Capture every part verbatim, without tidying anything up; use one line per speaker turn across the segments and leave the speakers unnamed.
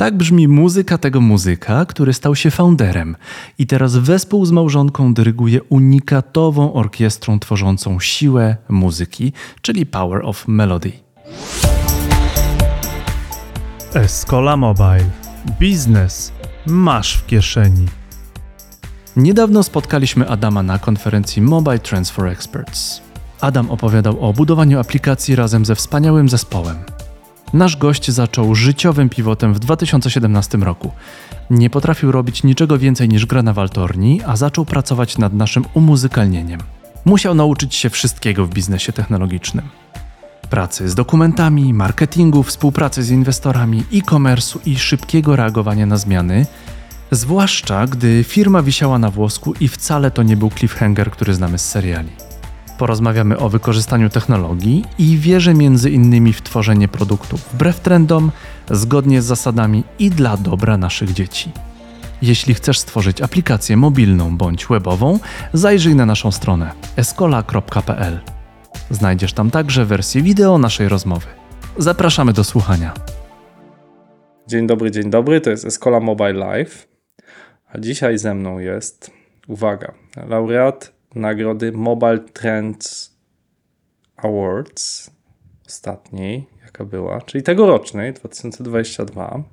Tak brzmi muzyka tego muzyka, który stał się founderem i teraz wespół z małżonką dyryguje unikatową orkiestrą tworzącą siłę muzyki, czyli Power of Melody.
Escola Mobile. Biznes masz w kieszeni.
Niedawno spotkaliśmy Adama na konferencji Mobile Trends for Experts. Adam opowiadał o budowaniu aplikacji razem ze wspaniałym zespołem. Nasz gość zaczął życiowym pivotem w dwa tysiące siedemnastym roku. Nie potrafił robić niczego więcej niż gra na waltorni, a zaczął pracować nad naszym umuzykalnieniem. Musiał nauczyć się wszystkiego w biznesie technologicznym. Pracy z dokumentami, marketingu, współpracy z inwestorami, e-commerce'u i szybkiego reagowania na zmiany, zwłaszcza gdy firma wisiała na włosku i wcale to nie był cliffhanger, który znamy z seriali. Porozmawiamy o wykorzystaniu technologii i wierze między innymi w tworzenie produktów wbrew trendom, zgodnie z zasadami i dla dobra naszych dzieci. Jeśli chcesz stworzyć aplikację mobilną bądź webową, zajrzyj na naszą stronę escola kropka p l. Znajdziesz tam także wersję wideo naszej rozmowy. Zapraszamy do słuchania.
Dzień dobry, dzień dobry, to jest Escola Mobile Live, a dzisiaj ze mną jest, uwaga, laureat nagrody Mobile Trends Awards, ostatniej, jaka była, czyli tegorocznej, dwa tysiące dwudziesty drugi,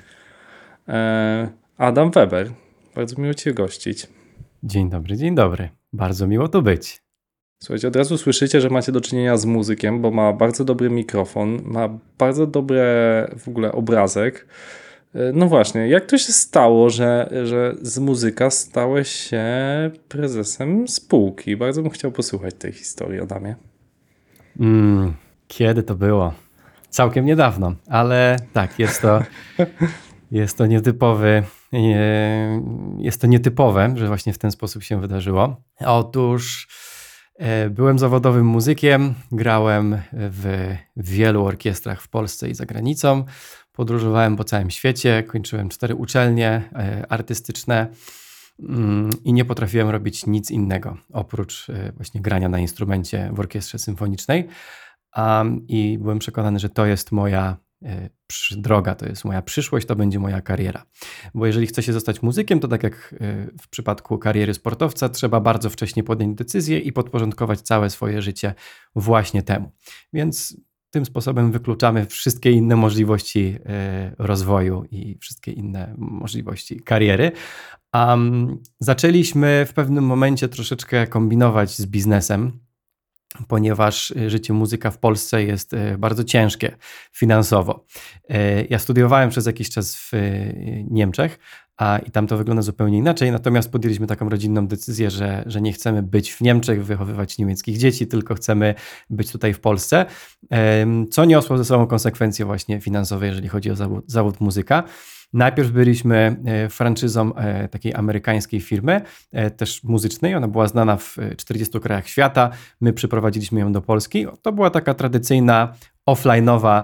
Adam Weber. Bardzo miło Cię gościć.
Dzień dobry, dzień dobry. Bardzo miło tu być.
Słuchajcie, od razu słyszycie, że macie do czynienia z muzykiem, bo ma bardzo dobry mikrofon, ma bardzo dobry w ogóle obrazek. No właśnie, jak to się stało, że, że z muzyka stałeś się prezesem spółki? Bardzo bym chciał posłuchać tej historii, Adamie.
Mm, kiedy to było? Całkiem niedawno, ale tak, jest to, jest to nietypowy, jest to nietypowe, że właśnie w ten sposób się wydarzyło. Otóż byłem zawodowym muzykiem, grałem w wielu orkiestrach w Polsce i za granicą. Podróżowałem po całym świecie, kończyłem cztery uczelnie artystyczne i nie potrafiłem robić nic innego oprócz właśnie grania na instrumencie w orkiestrze symfonicznej. I byłem przekonany, że to jest moja droga, to jest moja przyszłość, to będzie moja kariera. Bo jeżeli chce się zostać muzykiem, to tak jak w przypadku kariery sportowca, trzeba bardzo wcześnie podjąć decyzję i podporządkować całe swoje życie właśnie temu. Więc tym sposobem wykluczamy wszystkie inne możliwości rozwoju i wszystkie inne możliwości kariery. Um, zaczęliśmy w pewnym momencie troszeczkę kombinować z biznesem, ponieważ życie muzyka w Polsce jest bardzo ciężkie finansowo. Ja studiowałem przez jakiś czas w Niemczech, a i tam to wygląda zupełnie inaczej, natomiast podjęliśmy taką rodzinną decyzję, że, że nie chcemy być w Niemczech, wychowywać niemieckich dzieci, tylko chcemy być tutaj w Polsce, co niosło ze sobą konsekwencje właśnie finansowe, jeżeli chodzi o zawód, zawód muzyka. Najpierw byliśmy franczyzą takiej amerykańskiej firmy, też muzycznej. Ona była znana w czterdziestu krajach świata. My przyprowadziliśmy ją do Polski. To była taka tradycyjna, offline'owa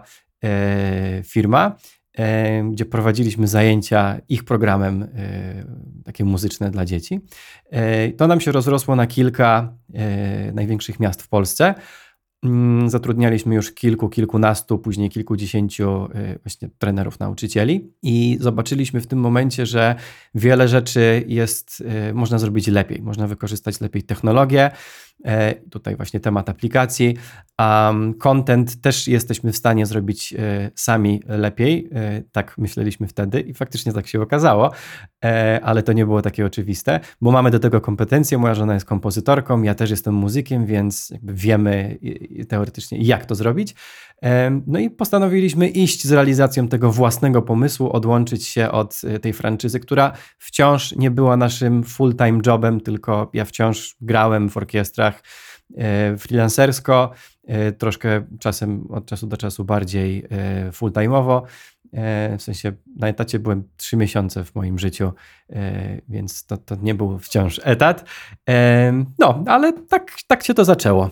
firma, gdzie prowadziliśmy zajęcia ich programem takie muzyczne dla dzieci. To nam się rozrosło na kilka największych miast w Polsce. Zatrudnialiśmy już kilku, kilkunastu, później kilkudziesięciu właśnie trenerów, nauczycieli i zobaczyliśmy w tym momencie, że wiele rzeczy jest, można zrobić lepiej, można wykorzystać lepiej technologię, tutaj właśnie temat aplikacji, a content też jesteśmy w stanie zrobić sami lepiej, tak myśleliśmy wtedy i faktycznie tak się okazało, ale to nie było takie oczywiste, bo mamy do tego kompetencje, moja żona jest kompozytorką, ja też jestem muzykiem, więc jakby wiemy teoretycznie jak to zrobić. No i postanowiliśmy iść z realizacją tego własnego pomysłu, odłączyć się od tej franczyzy, która wciąż nie była naszym full-time jobem, tylko ja wciąż grałem w orkiestrach freelancersko, troszkę czasem od czasu do czasu bardziej full-time'owo. W sensie na etacie byłem trzy miesiące w moim życiu, więc to, to nie był wciąż etat. No, ale tak, tak się to zaczęło.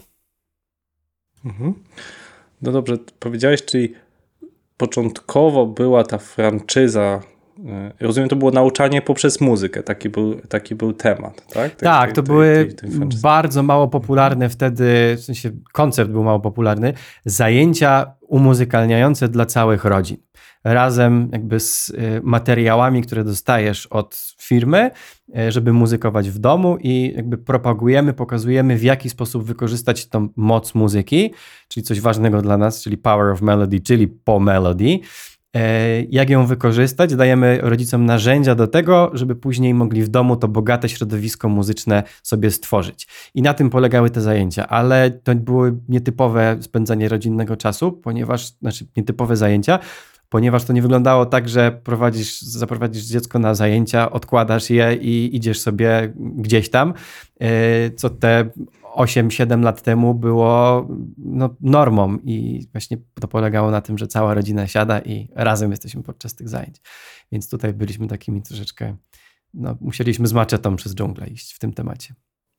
Mhm. No dobrze, powiedziałeś, czyli początkowo była ta franczyza rozumiem, to było nauczanie poprzez muzykę, taki był, taki był temat, tak? Tej,
Tak,
tej,
to
tej,
były
tej, tej, tej
bardzo mało popularne wtedy, w sensie koncept był mało popularny, zajęcia umuzykalniające dla całych rodzin. Razem jakby z y, materiałami, które dostajesz od firmy, y, żeby muzykować w domu i jakby propagujemy, pokazujemy, w jaki sposób wykorzystać tą moc muzyki, czyli coś ważnego dla nas, czyli power of melody, czyli po melody. Jak ją wykorzystać? Dajemy rodzicom narzędzia do tego, żeby później mogli w domu to bogate środowisko muzyczne sobie stworzyć. I na tym polegały te zajęcia, ale to były nietypowe spędzanie rodzinnego czasu, ponieważ, znaczy nietypowe zajęcia, ponieważ to nie wyglądało tak, że prowadzisz, zaprowadzisz dziecko na zajęcia, odkładasz je i idziesz sobie gdzieś tam, co te osiem siedem lat temu było no, normą i właśnie to polegało na tym, że cała rodzina siada i razem jesteśmy podczas tych zajęć. Więc tutaj byliśmy takimi troszeczkę, no musieliśmy z maczetą przez dżunglę iść w tym temacie.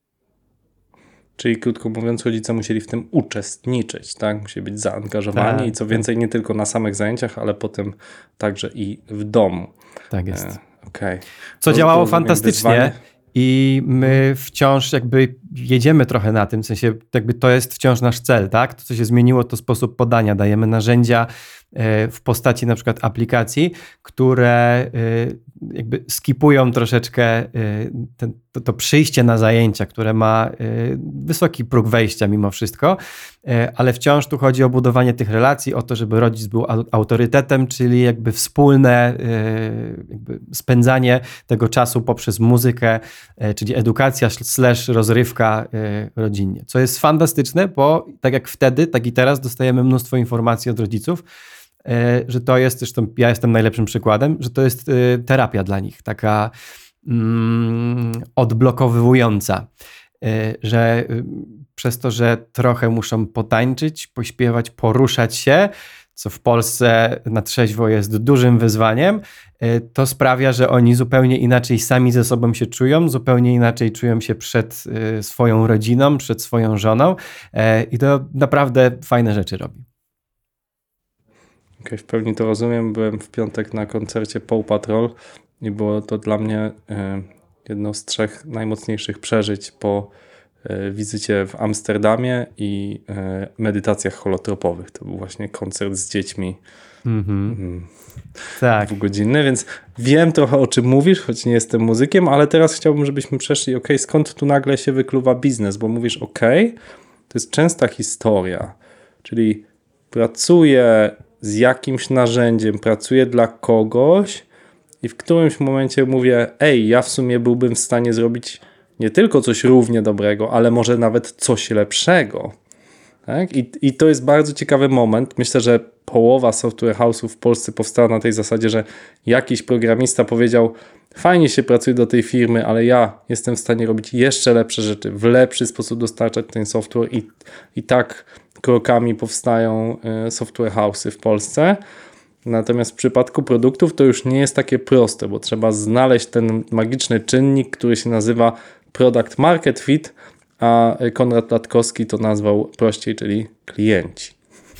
Czyli krótko mówiąc, rodzice musieli w tym uczestniczyć, tak? Musieli być zaangażowani
tak,
i co
tak.
więcej, nie tylko na samych zajęciach, ale potem także i w domu.
Tak jest.
E, okay.
Co
to,
działało
to
fantastycznie
wyzwanie.
i my wciąż jakby jedziemy trochę na tym, w sensie jakby to jest wciąż nasz cel, tak? To, co się zmieniło, to sposób podania. Dajemy narzędzia w postaci na przykład aplikacji, które jakby skipują troszeczkę ten, to, to przyjście na zajęcia, które ma wysoki próg wejścia mimo wszystko, ale wciąż tu chodzi o budowanie tych relacji, o to, żeby rodzic był autorytetem, czyli jakby wspólne jakby spędzanie tego czasu poprzez muzykę, czyli edukacja slash rozrywka rodzinnie. Co jest fantastyczne, bo tak jak wtedy, tak i teraz dostajemy mnóstwo informacji od rodziców, że to jest, zresztą ja jestem najlepszym przykładem, że to jest terapia dla nich, taka mm, odblokowująca, że przez to, że trochę muszą potańczyć, pośpiewać, poruszać się, co w Polsce na trzeźwo jest dużym wyzwaniem, to sprawia, że oni zupełnie inaczej sami ze sobą się czują, zupełnie inaczej czują się przed swoją rodziną, przed swoją żoną i to naprawdę fajne rzeczy robi.
Okay, w pełni to rozumiem. Byłem w piątek na koncercie Paw Patrol i było to dla mnie y, jedno z trzech najmocniejszych przeżyć po y, wizycie w Amsterdamie i y, medytacjach holotropowych. To był właśnie koncert z dziećmi
Mm-hmm.
y,
tak.
dwugodzinny, więc wiem trochę o czym mówisz, choć nie jestem muzykiem, ale teraz chciałbym, żebyśmy przeszli, ok, skąd tu nagle się wykluwa biznes, bo mówisz, ok, to jest częsta historia, czyli pracuję z jakimś narzędziem, pracuję dla kogoś i w którymś momencie mówię, ej, ja w sumie byłbym w stanie zrobić nie tylko coś równie dobrego, ale może nawet coś lepszego. Tak? I, I to jest bardzo ciekawy moment. Myślę, że połowa software house'ów w Polsce powstała na tej zasadzie, że jakiś programista powiedział, fajnie się pracuje do tej firmy, ale ja jestem w stanie robić jeszcze lepsze rzeczy, w lepszy sposób dostarczać ten software i, i tak krokami powstają software house'y w Polsce. Natomiast w przypadku produktów to już nie jest takie proste, bo trzeba znaleźć ten magiczny czynnik, który się nazywa product market fit, a Konrad Latkowski to nazwał prościej, czyli klienci.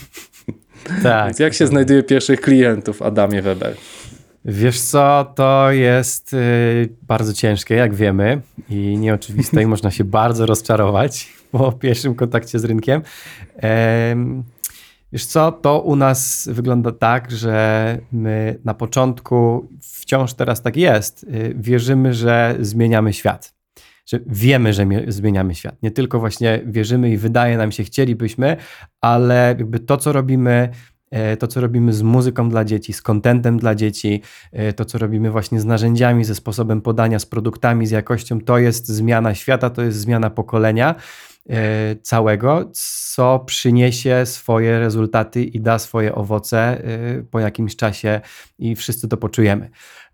Tak.
Więc jak się znajduje pierwszych klientów, Adamie Weber?
Wiesz co, to jest y, bardzo ciężkie, jak wiemy, i nieoczywiste i można się bardzo rozczarować po pierwszym kontakcie z rynkiem. Ehm, wiesz co, to u nas wygląda tak, że my na początku, wciąż teraz tak jest, y, wierzymy, że zmieniamy świat. Że wiemy, że zmieniamy świat. Nie tylko właśnie wierzymy i wydaje nam się, chcielibyśmy, ale jakby to, co robimy, to, co robimy z muzyką dla dzieci, z contentem dla dzieci, to, co robimy właśnie z narzędziami, ze sposobem podania, z produktami, z jakością, to jest zmiana świata, to jest zmiana pokolenia całego, co przyniesie swoje rezultaty i da swoje owoce po jakimś czasie i wszyscy to poczujemy.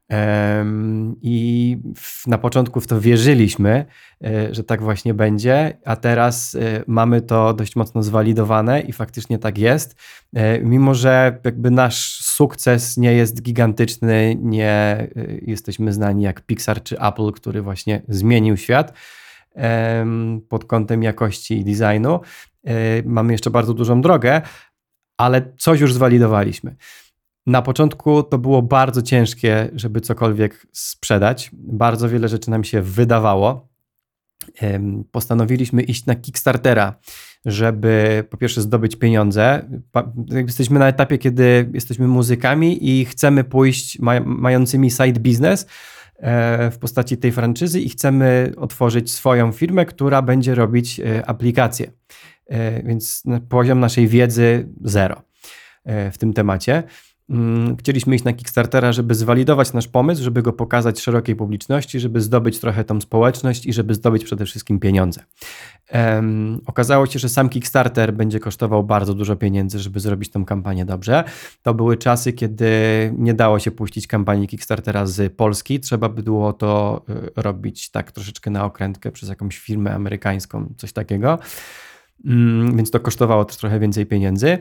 I na początku w to wierzyliśmy, że tak właśnie będzie, a teraz mamy to dość mocno zwalidowane i faktycznie tak jest. Mimo że jakby nasz sukces nie jest gigantyczny, nie jesteśmy znani jak Pixar czy Apple, który właśnie zmienił świat pod kątem jakości i designu. Mamy jeszcze bardzo dużą drogę, ale coś już zwalidowaliśmy. Na początku to było bardzo ciężkie, żeby cokolwiek sprzedać. Bardzo wiele rzeczy nam się wydawało. Postanowiliśmy iść na Kickstartera, żeby po pierwsze zdobyć pieniądze. Jesteśmy na etapie, kiedy jesteśmy muzykami i chcemy pójść maj- mającymi side business w postaci tej franczyzy i chcemy otworzyć swoją firmę, która będzie robić aplikacje. Więc poziom naszej wiedzy zero w tym temacie. Chcieliśmy iść na Kickstartera, żeby zwalidować nasz pomysł, żeby go pokazać szerokiej publiczności, żeby zdobyć trochę tą społeczność i żeby zdobyć przede wszystkim pieniądze. Um, okazało się, że sam Kickstarter będzie kosztował bardzo dużo pieniędzy, żeby zrobić tą kampanię dobrze. To były czasy, kiedy nie dało się puścić kampanii Kickstartera z Polski. Trzeba by było to y, robić tak troszeczkę na okrętkę przez jakąś firmę amerykańską, coś takiego. Um, więc to kosztowało też trochę więcej pieniędzy.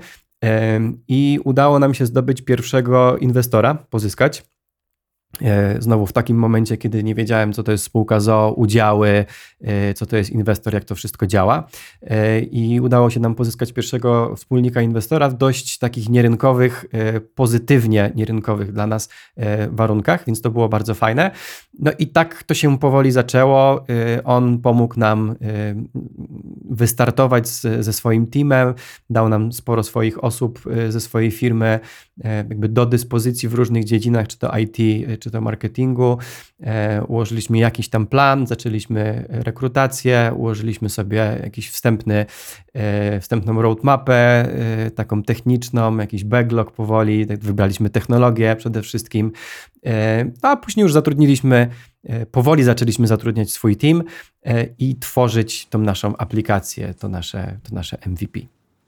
I udało nam się zdobyć pierwszego inwestora, pozyskać. Znowu w takim momencie, kiedy nie wiedziałem, co to jest spółka z o o, udziały, co to jest inwestor, jak to wszystko działa. I udało się nam pozyskać pierwszego wspólnika inwestora w dość takich nierynkowych, pozytywnie nierynkowych dla nas warunkach, więc to było bardzo fajne. No i tak to się powoli zaczęło. On pomógł nam wystartować z, ze swoim teamem, dał nam sporo swoich osób ze swojej firmy jakby do dyspozycji w różnych dziedzinach, czy to I T, czy to marketingu. Ułożyliśmy jakiś tam plan, zaczęliśmy rekrutację, ułożyliśmy sobie jakiś wstępny, wstępną roadmapę, taką techniczną, jakiś backlog powoli, wybraliśmy technologię przede wszystkim, a później już zatrudniliśmy, powoli zaczęliśmy zatrudniać swój team i tworzyć tą naszą aplikację, to nasze, to nasze M V P.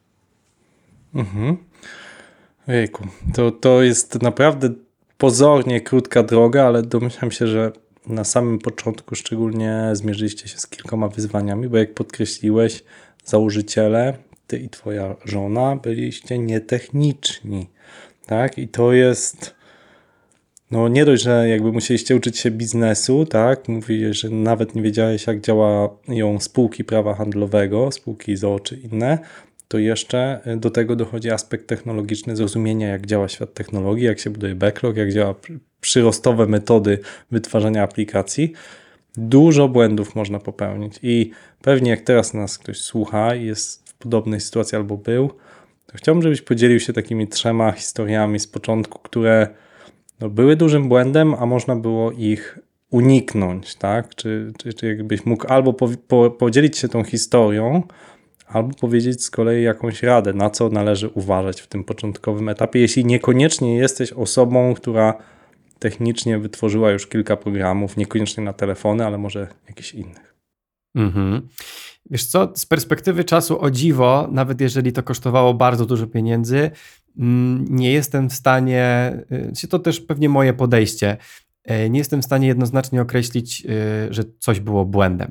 Mhm. Ojejku, to, to jest naprawdę pozornie krótka droga, ale domyślam się, że na samym początku szczególnie zmierzyliście się z kilkoma wyzwaniami, bo jak podkreśliłeś, założyciele, ty i twoja żona byliście nietechniczni, tak? I to jest, no nie dość, że jakby musieliście uczyć się biznesu, tak? Mówisz, że nawet nie wiedziałeś, jak działają spółki prawa handlowego, spółki z o o czy inne, to jeszcze do tego dochodzi aspekt technologiczny, zrozumienia, jak działa świat technologii, jak się buduje backlog, jak działa przyrostowe metody wytwarzania aplikacji. Dużo błędów można popełnić i pewnie jak teraz nas ktoś słucha i jest w podobnej sytuacji albo był, to chciałbym, żebyś podzielił się takimi trzema historiami z początku, które no, były dużym błędem, a można było ich uniknąć, tak? Czy, czy, czy jakbyś mógł albo po, po, podzielić się tą historią, albo powiedzieć z kolei jakąś radę, na co należy uważać w tym początkowym etapie, jeśli niekoniecznie jesteś osobą, która technicznie wytworzyła już kilka programów, niekoniecznie na telefony, ale może jakichś innych.
Mhm. Wiesz co, z perspektywy czasu o dziwo, nawet jeżeli to kosztowało bardzo dużo pieniędzy, nie jestem w stanie, to też pewnie moje podejście, nie jestem w stanie jednoznacznie określić, że coś było błędem.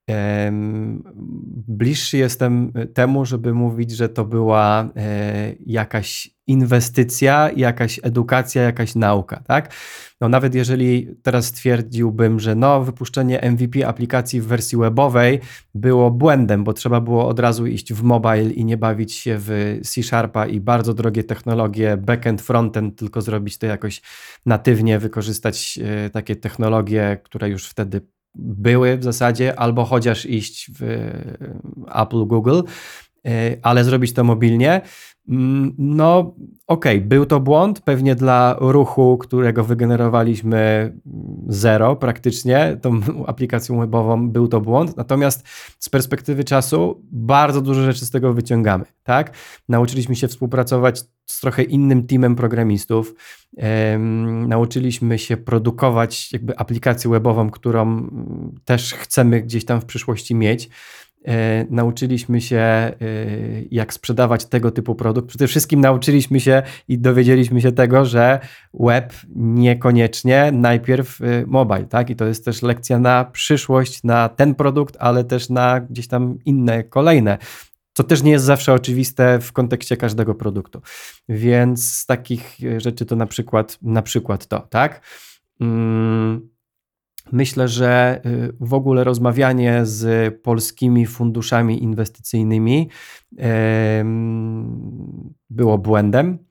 Bliższy jestem temu, żeby mówić, że to była jakaś inwestycja, jakaś edukacja, jakaś nauka, tak? No nawet jeżeli teraz stwierdziłbym, że no wypuszczenie M V P aplikacji w wersji webowej było błędem, bo trzeba było od razu iść w mobile i nie bawić się w C Sharpa i bardzo drogie technologie, backend, frontend, tylko zrobić to jakoś natywnie, wykorzystać takie technologie, które już wtedy były w zasadzie, albo chociaż iść w Apple, Google, ale zrobić to mobilnie. No okej, okay, był to błąd, pewnie dla ruchu, którego wygenerowaliśmy zero praktycznie, tą aplikacją webową był to błąd, natomiast z perspektywy czasu bardzo dużo rzeczy z tego wyciągamy, tak? Nauczyliśmy się współpracować z trochę innym teamem programistów, um, nauczyliśmy się produkować jakby aplikację webową, którą też chcemy gdzieś tam w przyszłości mieć. E, nauczyliśmy się, e, jak sprzedawać tego typu produkt. Przede wszystkim nauczyliśmy się i dowiedzieliśmy się tego, że web niekoniecznie najpierw e, mobile, tak? I to jest też lekcja na przyszłość, na ten produkt, ale też na gdzieś tam inne, kolejne. Co też nie jest zawsze oczywiste w kontekście każdego produktu. Więc z takich rzeczy to na przykład, na przykład to, tak? Mm. Myślę, że w ogóle rozmawianie z polskimi funduszami inwestycyjnymi było błędem.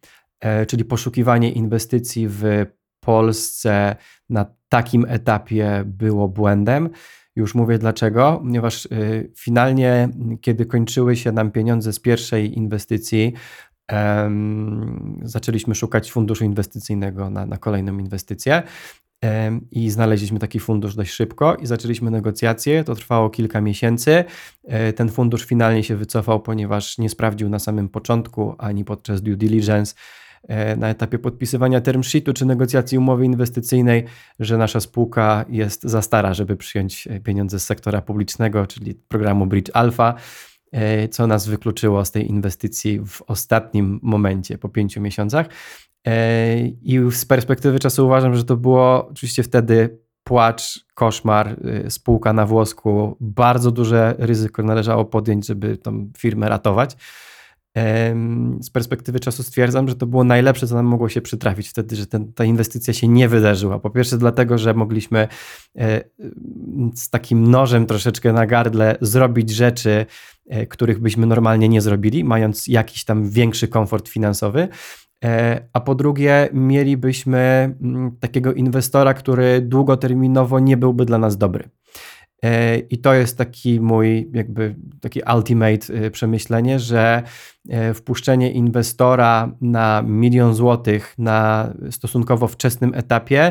czyli poszukiwanie inwestycji w Polsce na takim etapie było błędem. Już mówię dlaczego, ponieważ finalnie, kiedy kończyły się nam pieniądze z pierwszej inwestycji, um, zaczęliśmy szukać funduszu inwestycyjnego na, na kolejną inwestycję um, i znaleźliśmy taki fundusz dość szybko i zaczęliśmy negocjacje. To trwało kilka miesięcy. Ten fundusz finalnie się wycofał, ponieważ nie sprawdził na samym początku ani podczas due diligence na etapie podpisywania term sheetu czy negocjacji umowy inwestycyjnej, że nasza spółka jest za stara, żeby przyjąć pieniądze z sektora publicznego, czyli programu Bridge Alpha, co nas wykluczyło z tej inwestycji w ostatnim momencie, po pięciu miesiącach. I z perspektywy czasu uważam, że to było oczywiście wtedy płacz, koszmar, spółka na włosku, bardzo duże ryzyko należało podjąć, żeby tą firmę ratować. Z perspektywy czasu stwierdzam, że to było najlepsze, co nam mogło się przytrafić wtedy, że ten, ta inwestycja się nie wydarzyła. Po pierwsze dlatego, że mogliśmy z takim nożem troszeczkę na gardle zrobić rzeczy, których byśmy normalnie nie zrobili, mając jakiś tam większy komfort finansowy. A po drugie mielibyśmy takiego inwestora, który długoterminowo nie byłby dla nas dobry. I to jest taki mój jakby taki ultimate przemyślenie, że wpuszczenie inwestora na milion złotych na stosunkowo wczesnym etapie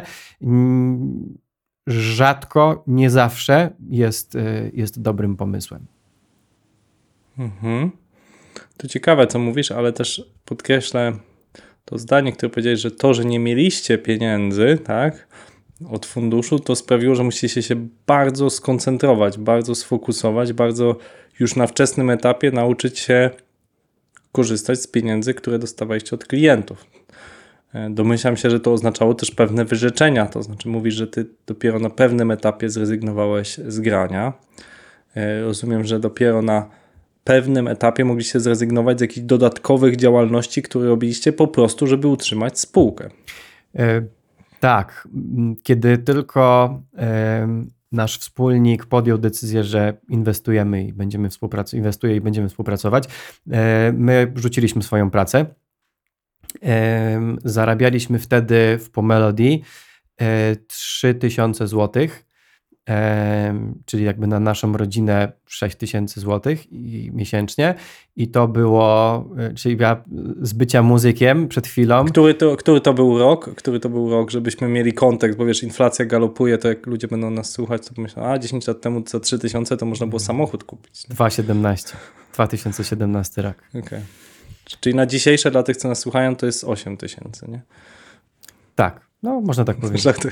rzadko, nie zawsze jest, jest dobrym pomysłem.
Mhm. To ciekawe, co mówisz, ale też podkreślę to zdanie, które powiedziałeś, że to, że nie mieliście pieniędzy, tak, od funduszu, to sprawiło, że musicie się bardzo skoncentrować, bardzo sfokusować, bardzo już na wczesnym etapie nauczyć się korzystać z pieniędzy, które dostawaliście od klientów. Domyślam się, że to oznaczało też pewne wyrzeczenia, to znaczy mówisz, że ty dopiero na pewnym etapie zrezygnowałeś z grania. Rozumiem, że dopiero na pewnym etapie mogliście zrezygnować z jakichś dodatkowych działalności, które robiliście po prostu, żeby utrzymać spółkę.
Y- Tak, kiedy tylko y, nasz wspólnik podjął decyzję, że inwestujemy i będziemy współpracować, inwestuje i będziemy współpracować, y, my rzuciliśmy swoją pracę. Y, zarabialiśmy wtedy w Pomelody y, trzy tysiące złotych, czyli jakby na naszą rodzinę sześć tysięcy złotych miesięcznie i to było, czyli ja z bycia muzykiem przed chwilą.
Który to, który to był rok? Który to był rok, żebyśmy mieli kontekst, bo wiesz, inflacja galopuje, to jak ludzie będą nas słuchać, to myślą, a dziesięć lat temu za trzy tysiące to można było samochód kupić.
dwa tysiące siedemnasty dwa tysiące siedemnasty rok.
Okay. Czyli na dzisiejsze dla tych, co nas słuchają, to jest osiem tysięcy, nie?
Tak, no można tak powiedzieć.
Żarty.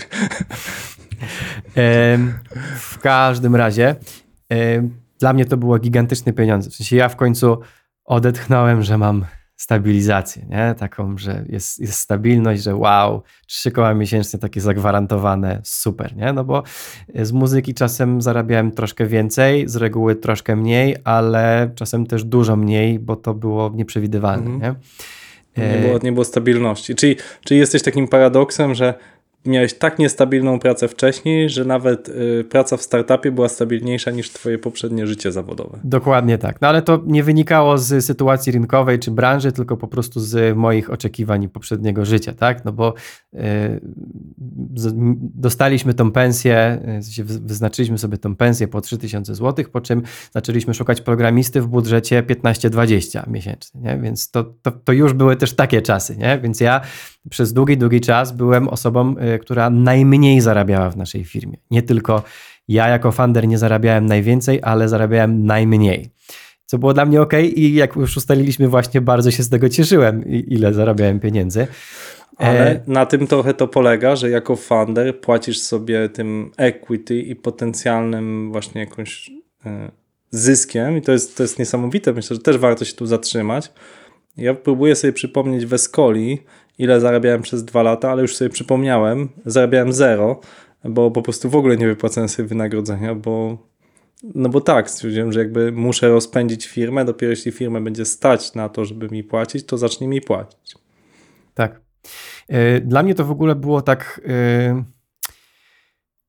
W każdym razie dla mnie to było gigantyczne pieniądze. W sensie ja w końcu odetchnąłem, że mam stabilizację, nie? Taką, że jest, jest stabilność, że wow, trzy koła miesięcznie takie zagwarantowane, super, nie? No bo z muzyki czasem zarabiałem troszkę więcej, z reguły troszkę mniej, ale czasem też dużo mniej, bo to było nieprzewidywalne,
mhm.
nie?
Nie było, nie było stabilności. Czyli, czyli jesteś takim paradoksem, że miałeś tak niestabilną pracę wcześniej, że nawet y, praca w startupie była stabilniejsza niż twoje poprzednie życie zawodowe.
Dokładnie tak. No ale to nie wynikało z sytuacji rynkowej czy branży, tylko po prostu z moich oczekiwań poprzedniego życia, tak? No bo y, z, dostaliśmy tą pensję, y, wyznaczyliśmy sobie tą pensję po trzy tysiące złotych, po czym zaczęliśmy szukać programisty w budżecie piętnaście dwadzieścia miesięcznie, nie? Więc to, to, to już były też takie czasy, nie? Więc ja przez długi, długi czas byłem osobą, y, która najmniej zarabiała w naszej firmie. Nie tylko ja jako founder nie zarabiałem najwięcej, ale zarabiałem najmniej. Co było dla mnie ok i jak już ustaliliśmy właśnie, bardzo się z tego cieszyłem, ile zarabiałem pieniędzy.
Ale
e...
na tym trochę to polega, że jako founder płacisz sobie tym equity i potencjalnym właśnie jakąś e, zyskiem i to jest, to jest niesamowite. Myślę, że też warto się tu zatrzymać. Ja próbuję sobie przypomnieć w Escoli, ile zarabiałem przez dwa lata, ale już sobie przypomniałem, zarabiałem zero, bo po prostu w ogóle nie wypłacałem sobie wynagrodzenia, bo no bo tak, stwierdziłem, że jakby muszę rozpędzić firmę, dopiero jeśli firmę będzie stać na to, żeby mi płacić, to zacznie mi płacić.
Tak. Dla mnie to w ogóle było tak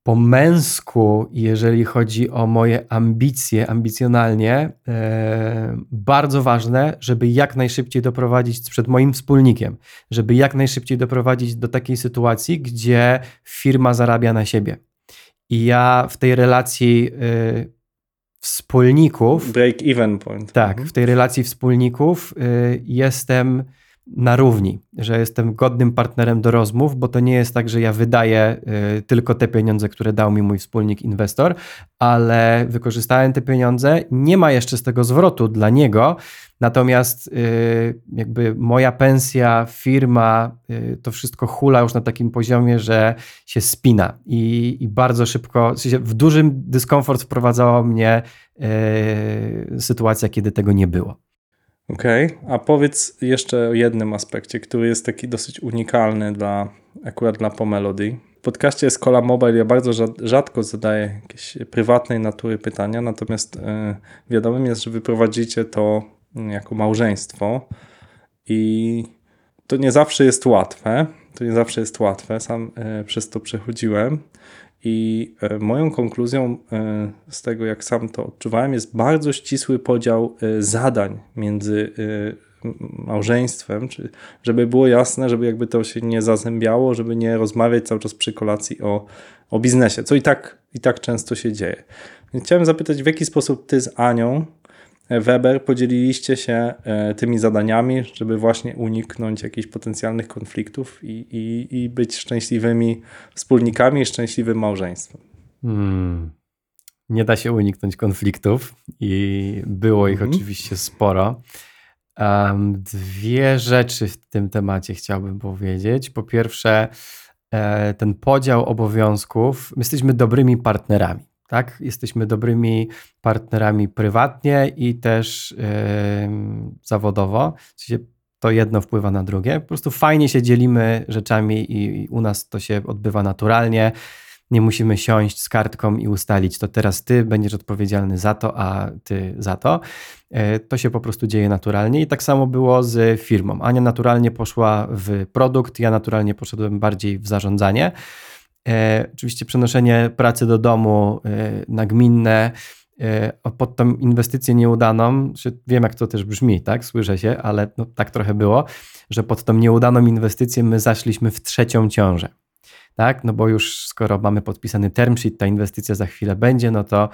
po męsku, jeżeli chodzi o moje ambicje, ambicjonalnie, e, bardzo ważne, żeby jak najszybciej doprowadzić przed moim wspólnikiem, żeby jak najszybciej doprowadzić do takiej sytuacji, gdzie firma zarabia na siebie. I ja w tej relacji y, wspólników...
Break-even point.
Tak,
Mhm.
w tej relacji wspólników y, jestem na równi, że jestem godnym partnerem do rozmów, bo to nie jest tak, że ja wydaję y, tylko te pieniądze, które dał mi mój wspólnik inwestor, ale wykorzystałem te pieniądze, nie ma jeszcze z tego zwrotu dla niego, natomiast y, jakby moja pensja, firma, y, to wszystko hula już na takim poziomie, że się spina i, i bardzo szybko, w sensie w dużym dyskomfort wprowadzała mnie y, sytuacja, kiedy tego nie było.
Okej, okay. A powiedz jeszcze o jednym aspekcie, który jest taki dosyć unikalny dla, akurat dla Pomelody. W podcaście Escola Mobile ja bardzo rzadko zadaję jakieś prywatnej natury pytania, natomiast yy, wiadomym jest, że wy prowadzicie to jako małżeństwo i to nie zawsze jest łatwe, to nie zawsze jest łatwe, sam yy, przez to przechodziłem. I moją konkluzją z tego, jak sam to odczuwałem, jest bardzo ścisły podział zadań między małżeństwem, czy żeby było jasne, żeby jakby to się nie zazębiało, żeby nie rozmawiać cały czas przy kolacji o, o biznesie, co i tak, i tak często się dzieje. Więc chciałem zapytać, w jaki sposób ty z Anią Weber podzieliliście się tymi zadaniami, żeby właśnie uniknąć jakichś potencjalnych konfliktów i, i, i być szczęśliwymi wspólnikami i szczęśliwym małżeństwem?
Hmm. Nie da się uniknąć konfliktów i było ich
mhm.
oczywiście sporo. Um, dwie rzeczy w tym temacie chciałbym powiedzieć. Po pierwsze, e, ten podział obowiązków. My jesteśmy dobrymi partnerami. Tak? Jesteśmy dobrymi partnerami prywatnie i też yy, zawodowo. W sensie to jedno wpływa na drugie. Po prostu fajnie się dzielimy rzeczami i, i u nas to się odbywa naturalnie. Nie musimy siąść z kartką i ustalić, to teraz ty będziesz odpowiedzialny za to, a ty za to. Yy, to się po prostu dzieje naturalnie i tak samo było z firmą. Ania naturalnie poszła w produkt, ja naturalnie poszedłem bardziej w zarządzanie. E, oczywiście przenoszenie pracy do domu e, nagminne e, pod tą inwestycję nieudaną, wiem jak to też brzmi, tak, słyszę się, ale no, tak trochę było, że pod tą nieudaną inwestycję my zaszliśmy w trzecią ciążę. Tak, no bo już skoro mamy podpisany term sheet, ta inwestycja za chwilę będzie, no to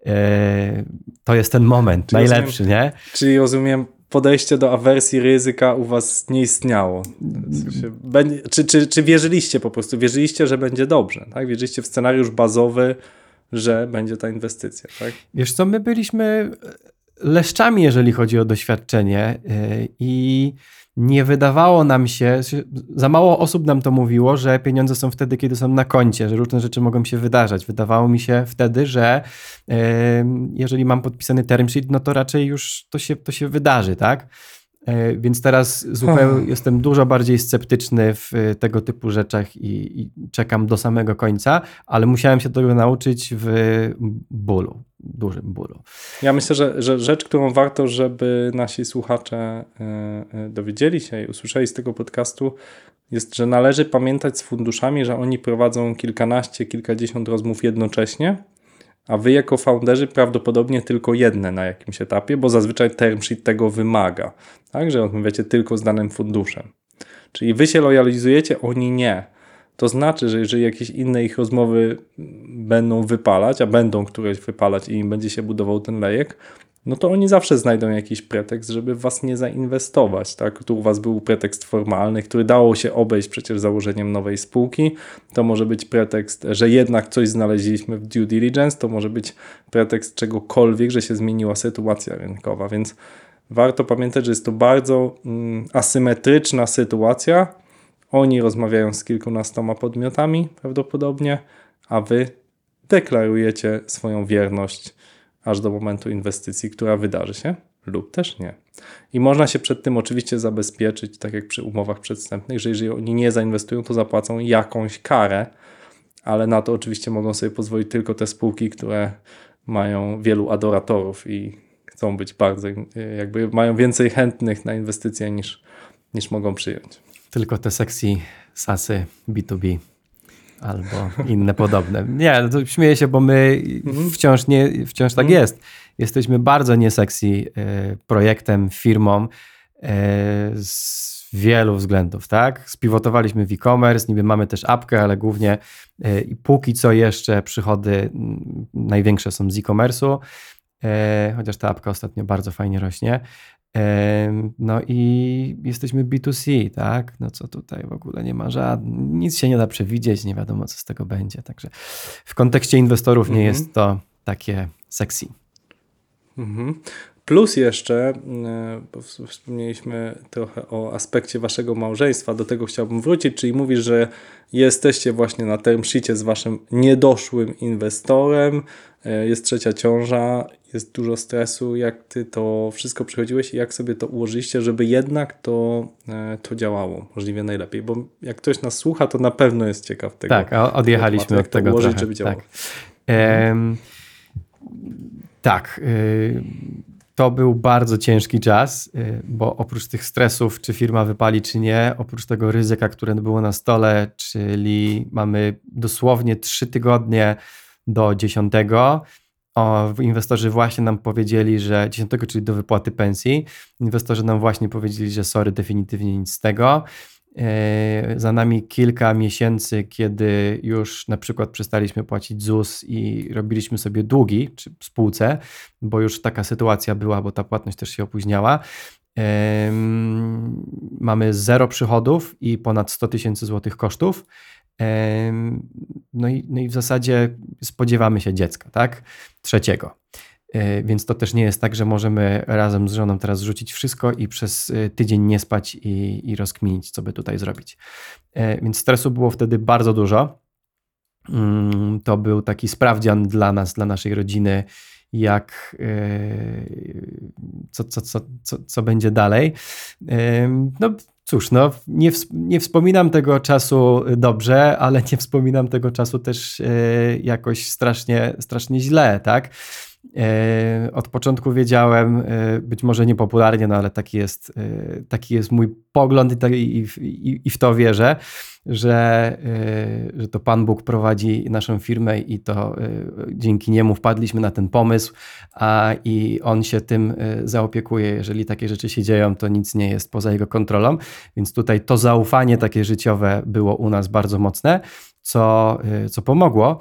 e, to jest ten moment
czyli
najlepszy,
rozumiem,
nie?
Czyli rozumiem, podejście do awersji ryzyka u was nie istniało. W sensie, będzie, czy, czy, czy wierzyliście po prostu? Wierzyliście, że będzie dobrze, tak? Wierzyliście w scenariusz bazowy, że będzie ta inwestycja, tak?
Wiesz co, my byliśmy leszczami, jeżeli chodzi o doświadczenie yy, i nie wydawało nam się, za mało osób nam to mówiło, że pieniądze są wtedy, kiedy są na koncie, że różne rzeczy mogą się wydarzać. Wydawało mi się wtedy, że yy, jeżeli mam podpisany term sheet, no to raczej już to się, to się wydarzy, tak? Yy, więc teraz zupełnie hmm. jestem dużo bardziej sceptyczny w tego typu rzeczach i, i czekam do samego końca, ale musiałem się tego nauczyć w bólu, dużym bólu.
Ja myślę, że, że rzecz, którą warto, żeby nasi słuchacze yy, dowiedzieli się i usłyszeli z tego podcastu, jest, że należy pamiętać z funduszami, że oni prowadzą kilkanaście, kilkadziesiąt rozmów jednocześnie, a wy jako founderzy prawdopodobnie tylko jedne na jakimś etapie, bo zazwyczaj term sheet tego wymaga, tak, że rozmawiacie tylko z danym funduszem. Czyli wy się lojalizujecie, oni nie. To znaczy, że jeżeli jakieś inne ich rozmowy będą wypalać, a będą któreś wypalać i im będzie się budował ten lejek, no to oni zawsze znajdą jakiś pretekst, żeby w was nie zainwestować. Tak? Tu u was był pretekst formalny, który dało się obejść przecież założeniem nowej spółki. To może być pretekst, że jednak coś znaleźliśmy w due diligence, to może być pretekst czegokolwiek, że się zmieniła sytuacja rynkowa, więc warto pamiętać, że jest to bardzo mm, asymetryczna sytuacja. Oni rozmawiają z kilkunastoma podmiotami prawdopodobnie, a wy deklarujecie swoją wierność aż do momentu inwestycji, która wydarzy się lub też nie. I można się przed tym oczywiście zabezpieczyć, tak jak przy umowach przedwstępnych, że jeżeli oni nie zainwestują, to zapłacą jakąś karę, ale na to oczywiście mogą sobie pozwolić tylko te spółki, które mają wielu adoratorów i chcą być bardzo, jakby mają więcej chętnych na inwestycje niż, niż mogą przyjąć.
Tylko te sexy sasy B dwa B. albo inne podobne. Nie, no to śmieję się, bo my wciąż, nie, wciąż tak jest. Jesteśmy bardzo niesexy y, projektem, firmą y, z wielu względów, tak? Spiwotowaliśmy w e-commerce, niby mamy też apkę, ale głównie y, i póki co jeszcze przychody y, największe są z e-commerce'u, y, chociaż ta apka ostatnio bardzo fajnie rośnie. No i jesteśmy B dwa C, tak? No co tutaj w ogóle nie ma żadnych, nic się nie da przewidzieć, nie wiadomo co z tego będzie. Także w kontekście inwestorów nie
Mhm.
jest to takie sexy.
Mhm. Plus jeszcze, bo wspomnieliśmy trochę o aspekcie waszego małżeństwa, do tego chciałbym wrócić, czyli mówisz, że jesteście właśnie na term sheetie z waszym niedoszłym inwestorem, jest trzecia ciąża, jest dużo stresu. Jak ty to wszystko przechodziłeś i jak sobie to ułożyliście, żeby jednak to, to działało możliwie najlepiej? Bo jak ktoś nas słucha, to na pewno jest ciekaw tego.
Tak, a odjechaliśmy
tego
od tego
ułożyć,
trochę.
żeby działało.
Tak, ehm, tak y- to był bardzo ciężki czas, y- bo oprócz tych stresów, czy firma wypali, czy nie, oprócz tego ryzyka, które było na stole, czyli mamy dosłownie trzy tygodnie do dziesiątego. O, inwestorzy właśnie nam powiedzieli, że dziesiątego, czyli do wypłaty pensji, inwestorzy nam właśnie powiedzieli, że sorry, definitywnie nic z tego. Yy, za nami kilka miesięcy, kiedy już na przykład przestaliśmy płacić ZUS i robiliśmy sobie długi, czy spółce, bo już taka sytuacja była, bo ta płatność też się opóźniała. Yy, mamy zero przychodów i ponad sto tysięcy złotych kosztów. No i, no i w zasadzie spodziewamy się dziecka, tak? Trzeciego. Więc to też nie jest tak, że możemy razem z żoną teraz rzucić wszystko i przez tydzień nie spać i, i rozkminić, co by tutaj zrobić. Więc stresu było wtedy bardzo dużo. To był taki sprawdzian dla nas, dla naszej rodziny, jak co, co, co, co, co będzie dalej. No cóż, no nie, nie wspominam tego czasu dobrze, ale nie wspominam tego czasu też jakoś strasznie, strasznie źle, tak? Od początku wiedziałem, być może niepopularnie, no ale taki jest, taki jest mój pogląd i, i, i w to wierzę, że, że to Pan Bóg prowadzi naszą firmę i to dzięki niemu wpadliśmy na ten pomysł, a i on się tym zaopiekuje. Jeżeli takie rzeczy się dzieją, to nic nie jest poza jego kontrolą, więc tutaj to zaufanie takie życiowe było u nas bardzo mocne, co, co pomogło.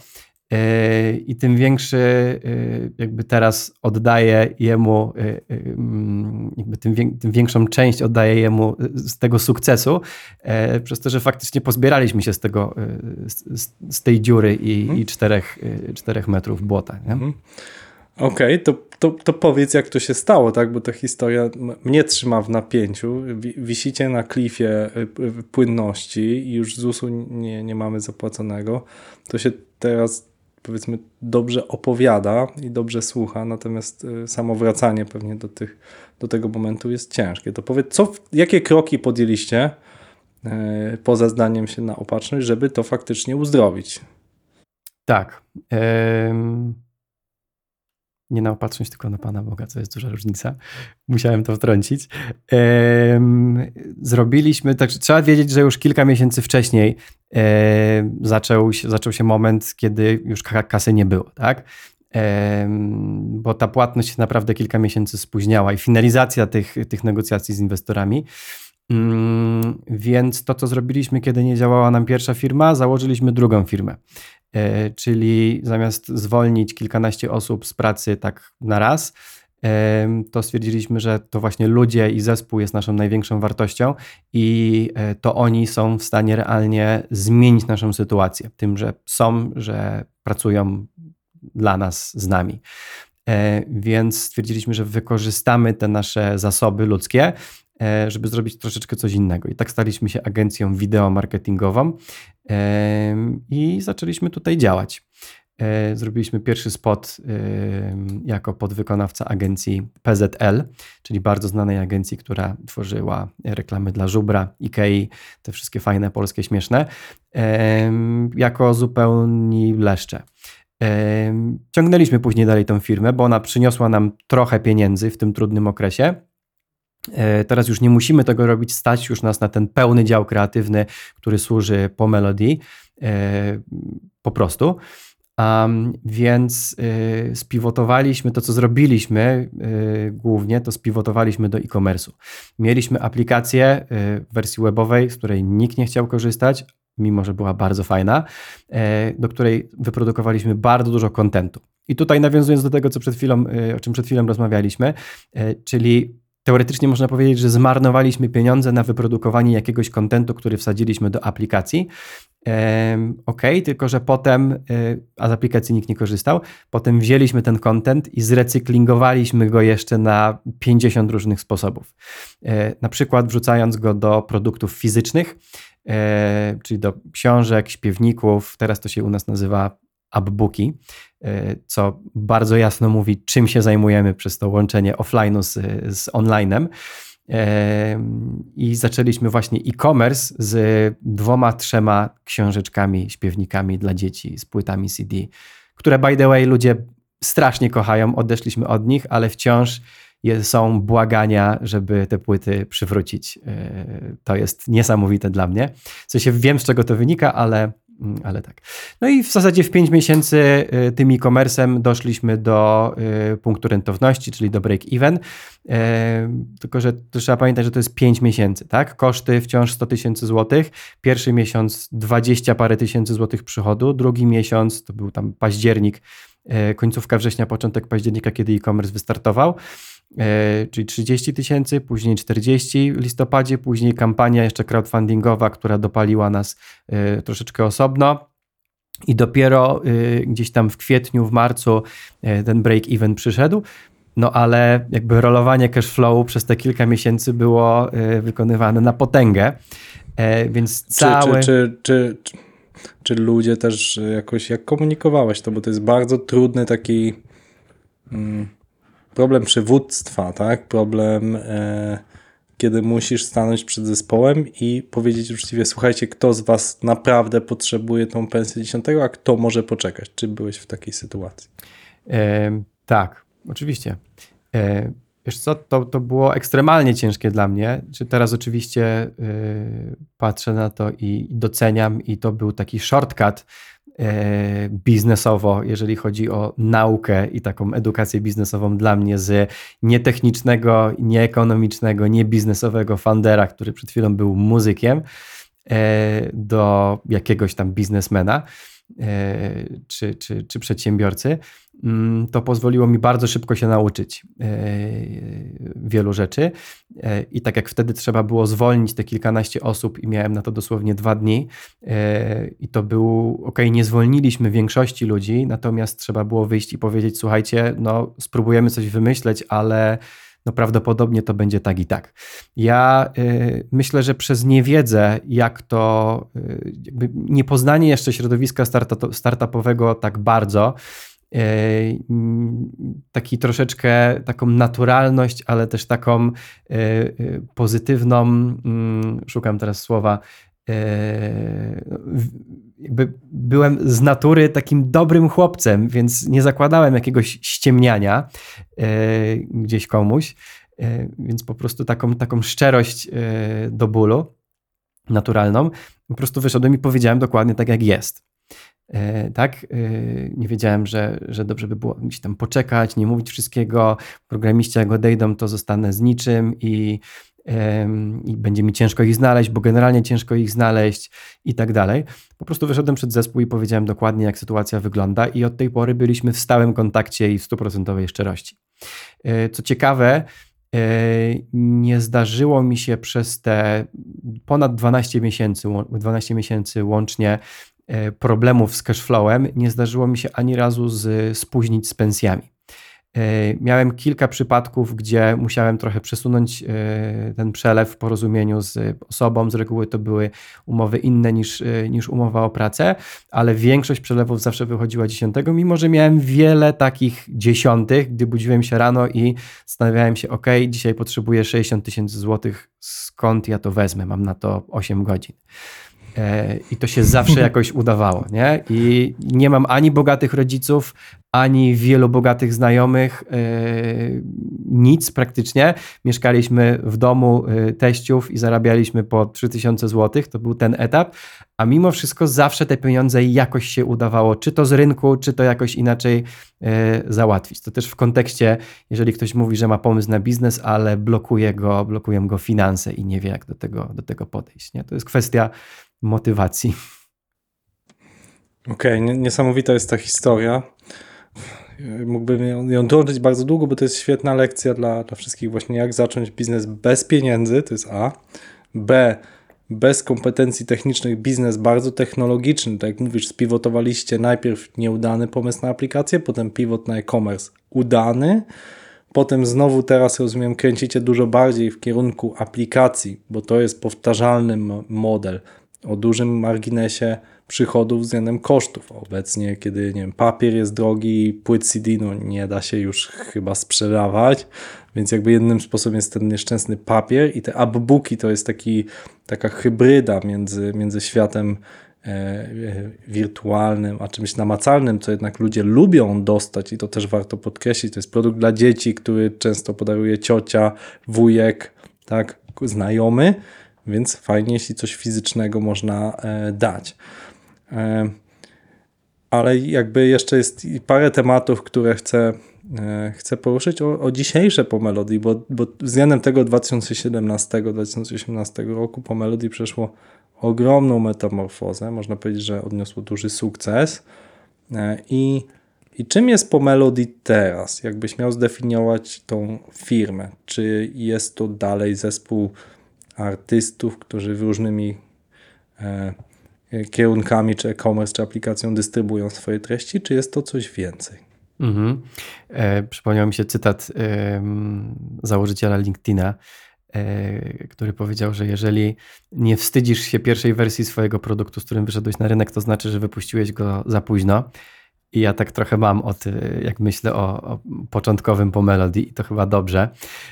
I tym większy jakby teraz oddaję jemu, jakby tym, tym większą część oddaję jemu z tego sukcesu, przez to, że faktycznie pozbieraliśmy się z tego, z, z tej dziury i, hmm. i czterech, czterech metrów błota.
Hmm. Okej, okay, to, to, to powiedz, jak to się stało, tak? Bo ta historia mnie trzyma w napięciu. Wisicie na klifie płynności i już zusu nie, nie mamy zapłaconego. To się teraz powiedzmy dobrze opowiada i dobrze słucha, natomiast samo wracanie pewnie do, tych, do tego momentu jest ciężkie. To powiedz, co, jakie kroki podjęliście e, poza zdaniem się na opatrzność, żeby to faktycznie uzdrowić?
Tak. Ym... Nie na opatrzność, tylko na Pana Boga, co jest duża różnica. Musiałem to wtrącić. Ym... Zrobiliśmy, tak, trzeba wiedzieć, że już kilka miesięcy wcześniej yy, zaczął, się, zaczął się moment, kiedy już kasy nie było, tak? Yy, bo ta płatność się naprawdę kilka miesięcy spóźniała i finalizacja tych, tych negocjacji z inwestorami. Yy, więc to, co zrobiliśmy, kiedy nie działała nam pierwsza firma, założyliśmy drugą firmę. Yy, czyli zamiast zwolnić kilkanaście osób z pracy tak na raz, yy, to stwierdziliśmy, że to właśnie ludzie i zespół jest naszą największą wartością i yy, to oni są w stanie realnie zmienić naszą sytuację. Tym, że są, że pracują dla nas, z nami. Yy, więc stwierdziliśmy, że wykorzystamy te nasze zasoby ludzkie, żeby zrobić troszeczkę coś innego. I tak staliśmy się agencją wideo marketingową i zaczęliśmy tutaj działać. Zrobiliśmy pierwszy spot jako podwykonawca agencji P Z L, czyli bardzo znanej agencji, która tworzyła reklamy dla Żubra, Ikei, te wszystkie fajne, polskie, śmieszne, jako zupełni leszcze. Ciągnęliśmy później dalej tą firmę, bo ona przyniosła nam trochę pieniędzy w tym trudnym okresie. Teraz już nie musimy tego robić, stać już nas na ten pełny dział kreatywny, który służy po Melody, po prostu. Um, więc y, spiwotowaliśmy to, co zrobiliśmy y, głównie, to spiwotowaliśmy do e-commerce'u. Mieliśmy aplikację y, w wersji webowej, z której nikt nie chciał korzystać, mimo że była bardzo fajna, y, do której wyprodukowaliśmy bardzo dużo kontentu. I tutaj nawiązując do tego, co przed chwilą, y, o czym przed chwilą rozmawialiśmy, y, czyli teoretycznie można powiedzieć, że zmarnowaliśmy pieniądze na wyprodukowanie jakiegoś kontentu, który wsadziliśmy do aplikacji. Ehm, ok, tylko że potem, y, a z aplikacji nikt nie korzystał, potem wzięliśmy ten content i zrecyklingowaliśmy go jeszcze na pięćdziesiąt różnych sposobów. E, na przykład wrzucając go do produktów fizycznych, e, czyli do książek, śpiewników, teraz to się u nas nazywa appbooki, co bardzo jasno mówi, czym się zajmujemy przez to łączenie offline'u z, z online'em. I zaczęliśmy właśnie e-commerce z dwoma, trzema książeczkami, śpiewnikami dla dzieci, z płytami C D, które by the way ludzie strasznie kochają, odeszliśmy od nich, ale wciąż są błagania, żeby te płyty przywrócić. To jest niesamowite dla mnie. W sensie wiem, z czego to wynika, ale Ale tak. No i w zasadzie w pięć miesięcy tym e-commerce'em doszliśmy do y, punktu rentowności, czyli do break-even. E, tylko, że to trzeba pamiętać, że to jest pięć miesięcy, tak? Koszty wciąż sto tysięcy złotych. Pierwszy miesiąc dwadzieścia parę tysięcy złotych przychodu. Drugi miesiąc to był tam październik, e, końcówka września, początek października, kiedy e-commerce wystartował. E, czyli trzydzieści tysięcy, później czterdzieści w listopadzie, później kampania jeszcze crowdfundingowa, która dopaliła nas e, troszeczkę osobno i dopiero e, gdzieś tam w kwietniu, w marcu e, ten break-even przyszedł, no ale jakby rolowanie cashflowu przez te kilka miesięcy było e, wykonywane na potęgę, e, więc całe...
Czy, czy, czy, czy, czy ludzie też jakoś, jak komunikowałeś to, bo to jest bardzo trudny taki... Mm, problem przywództwa, tak? Problem, e, kiedy musisz stanąć przed zespołem i powiedzieć uczciwie, słuchajcie, kto z was naprawdę potrzebuje tą pensję dziesiątego, a kto może poczekać. Czy byłeś w takiej sytuacji?
E, tak, oczywiście. E, wiesz co, to, to było ekstremalnie ciężkie dla mnie. Czy teraz oczywiście e, patrzę na to i doceniam i to był taki shortcut biznesowo, jeżeli chodzi o naukę i taką edukację biznesową dla mnie z nietechnicznego, nieekonomicznego, niebiznesowego foundera, który przed chwilą był muzykiem, do jakiegoś tam biznesmena czy, czy, czy przedsiębiorcy, to pozwoliło mi bardzo szybko się nauczyć wielu rzeczy. I tak jak wtedy trzeba było zwolnić te kilkanaście osób i miałem na to dosłownie dwa dni i to był, okej, okay, nie zwolniliśmy większości ludzi, natomiast trzeba było wyjść i powiedzieć, słuchajcie, no spróbujemy coś wymyśleć, ale no prawdopodobnie to będzie tak i tak. Ja y, myślę, że przez niewiedzę, jak to, y, jakby niepoznanie jeszcze środowiska startup, startupowego tak bardzo, y, taki troszeczkę taką naturalność, ale też taką y, y, pozytywną, y, szukam teraz słowa, jakby byłem z natury takim dobrym chłopcem, więc nie zakładałem jakiegoś ściemniania gdzieś komuś, więc po prostu taką, taką szczerość do bólu naturalną, po prostu wyszedłem i powiedziałem dokładnie tak, jak jest. Tak, nie wiedziałem, że, że dobrze by było gdzieś tam poczekać, nie mówić wszystkiego. Programiści jak odejdą, to zostanę z niczym i i będzie mi ciężko ich znaleźć, bo generalnie ciężko ich znaleźć i tak dalej. Po prostu wyszedłem przed zespół i powiedziałem dokładnie, jak sytuacja wygląda i od tej pory byliśmy w stałym kontakcie i w stuprocentowej szczerości. Co ciekawe, nie zdarzyło mi się przez te ponad dwanaście miesięcy, dwanaście miesięcy łącznie problemów z cashflowem, nie zdarzyło mi się ani razu z, spóźnić z pensjami. Miałem kilka przypadków, gdzie musiałem trochę przesunąć ten przelew w porozumieniu z osobą. Z reguły to były umowy inne niż, niż umowa o pracę, ale większość przelewów zawsze wychodziła dziesiątego, mimo że miałem wiele takich dziesiątych, gdy budziłem się rano i zastanawiałem się, ok, dzisiaj potrzebuję sześćdziesiąt tysięcy złotych, skąd ja to wezmę? Mam na to osiem godzin. I to się zawsze jakoś udawało, nie? I nie mam ani bogatych rodziców, ani wielu bogatych znajomych, nic praktycznie. Mieszkaliśmy w domu teściów i zarabialiśmy po trzy tysiące złotych, to był ten etap, a mimo wszystko zawsze te pieniądze jakoś się udawało, czy to z rynku, czy to jakoś inaczej załatwić. To też w kontekście, jeżeli ktoś mówi, że ma pomysł na biznes, ale blokuje go, blokują go finanse i nie wie, jak do tego, do tego podejść, nie? To jest kwestia motywacji.
Okej, okay, niesamowita jest ta historia. Mógłbym ją, ją dołączyć bardzo długo, bo to jest świetna lekcja dla, dla wszystkich właśnie, jak zacząć biznes bez pieniędzy, to jest A. B, bez kompetencji technicznych biznes bardzo technologiczny, tak jak mówisz, spivotowaliście najpierw nieudany pomysł na aplikację, potem pivot na e-commerce udany, potem znowu teraz, rozumiem, kręcicie dużo bardziej w kierunku aplikacji, bo to jest powtarzalny model o dużym marginesie przychodów względem kosztów. Obecnie, kiedy nie wiem, papier jest drogi, płyt C D no, nie da się już chyba sprzedawać, więc jakby jednym sposobem jest ten nieszczęsny papier i te appbooki to jest taki, taka hybryda między, między światem e, wirtualnym a czymś namacalnym, co jednak ludzie lubią dostać i to też warto podkreślić. To jest produkt dla dzieci, który często podaruje ciocia, wujek, tak, znajomy, więc fajnie, jeśli coś fizycznego można e, dać. E, ale jakby jeszcze jest parę tematów, które chcę, e, chcę poruszyć o, o dzisiejsze Pomelody, bo, bo względem tego dwa tysiące siedemnastego do dwa tysiące osiemnastego roku Pomelody przeszło ogromną metamorfozę. Można powiedzieć, że odniosło duży sukces. E, i, I czym jest Pomelody teraz? Jakbyś miał zdefiniować tą firmę? Czy jest to dalej zespół artystów, którzy różnymi e, kierunkami, czy e-commerce, czy aplikacją dystrybuują swoje treści, czy jest to coś więcej?
Mhm. E, przypomniał mi się cytat e, założyciela LinkedIna, e, który powiedział, że jeżeli nie wstydzisz się pierwszej wersji swojego produktu, z którym wyszedłeś na rynek, to znaczy, że wypuściłeś go za późno. I ja tak trochę mam, od, jak myślę o, o początkowym Pomelody i to chyba dobrze.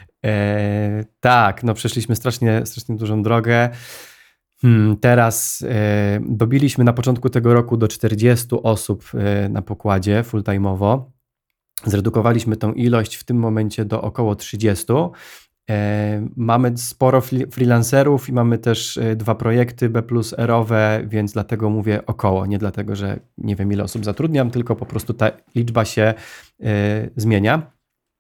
E, tak, no przeszliśmy strasznie, strasznie dużą drogę. Hmm, teraz e, dobiliśmy na początku tego roku do czterdziestu osób e, na pokładzie full-time'owo. Zredukowaliśmy tą ilość w tym momencie do około trzydziestu. E, mamy sporo freelancerów i mamy też e, dwa projekty B plus R-owe, więc dlatego mówię około. Nie dlatego, że nie wiem ile osób zatrudniam, tylko po prostu ta liczba się e, zmienia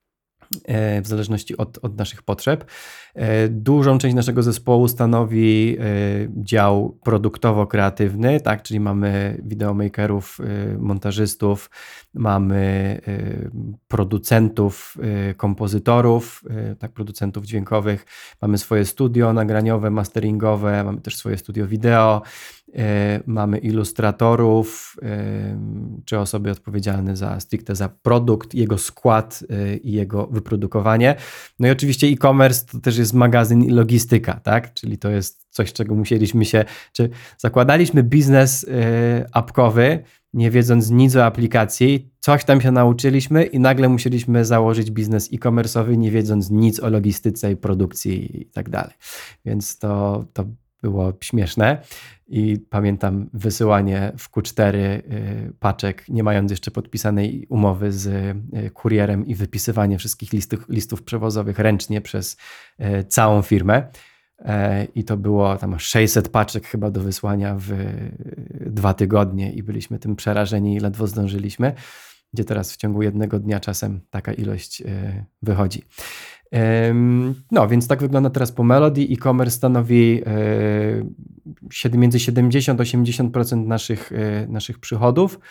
w zależności od, od naszych potrzeb. Dużą część naszego zespołu stanowi dział produktowo-kreatywny, tak, czyli mamy videomakerów, montażystów, mamy producentów, kompozytorów, tak, producentów dźwiękowych, mamy swoje studio nagraniowe, masteringowe, mamy też swoje studio wideo, mamy ilustratorów, czy osoby odpowiedzialne za stricte za produkt, jego skład i jego wyprodukowanie. No i oczywiście e-commerce to też jest magazyn i logistyka, tak? Czyli to jest coś, czego musieliśmy się, czy zakładaliśmy biznes apkowy, nie wiedząc nic o aplikacji, coś tam się nauczyliśmy i nagle musieliśmy założyć biznes e-commerce'owy, nie wiedząc nic o logistyce i produkcji i tak dalej. Więc to, to było śmieszne i pamiętam wysyłanie w Q cztery paczek, nie mając jeszcze podpisanej umowy z kurierem i wypisywanie wszystkich listów, listów przewozowych ręcznie przez całą firmę. I to było tam sześćset paczek chyba do wysłania w dwa tygodnie i byliśmy tym przerażeni i ledwo zdążyliśmy, gdzie teraz w ciągu jednego dnia czasem taka ilość wychodzi. No, więc tak wygląda teraz Pomelody. E-commerce stanowi między siedemdziesiąt a osiemdziesiąt procent naszych, naszych przychodów.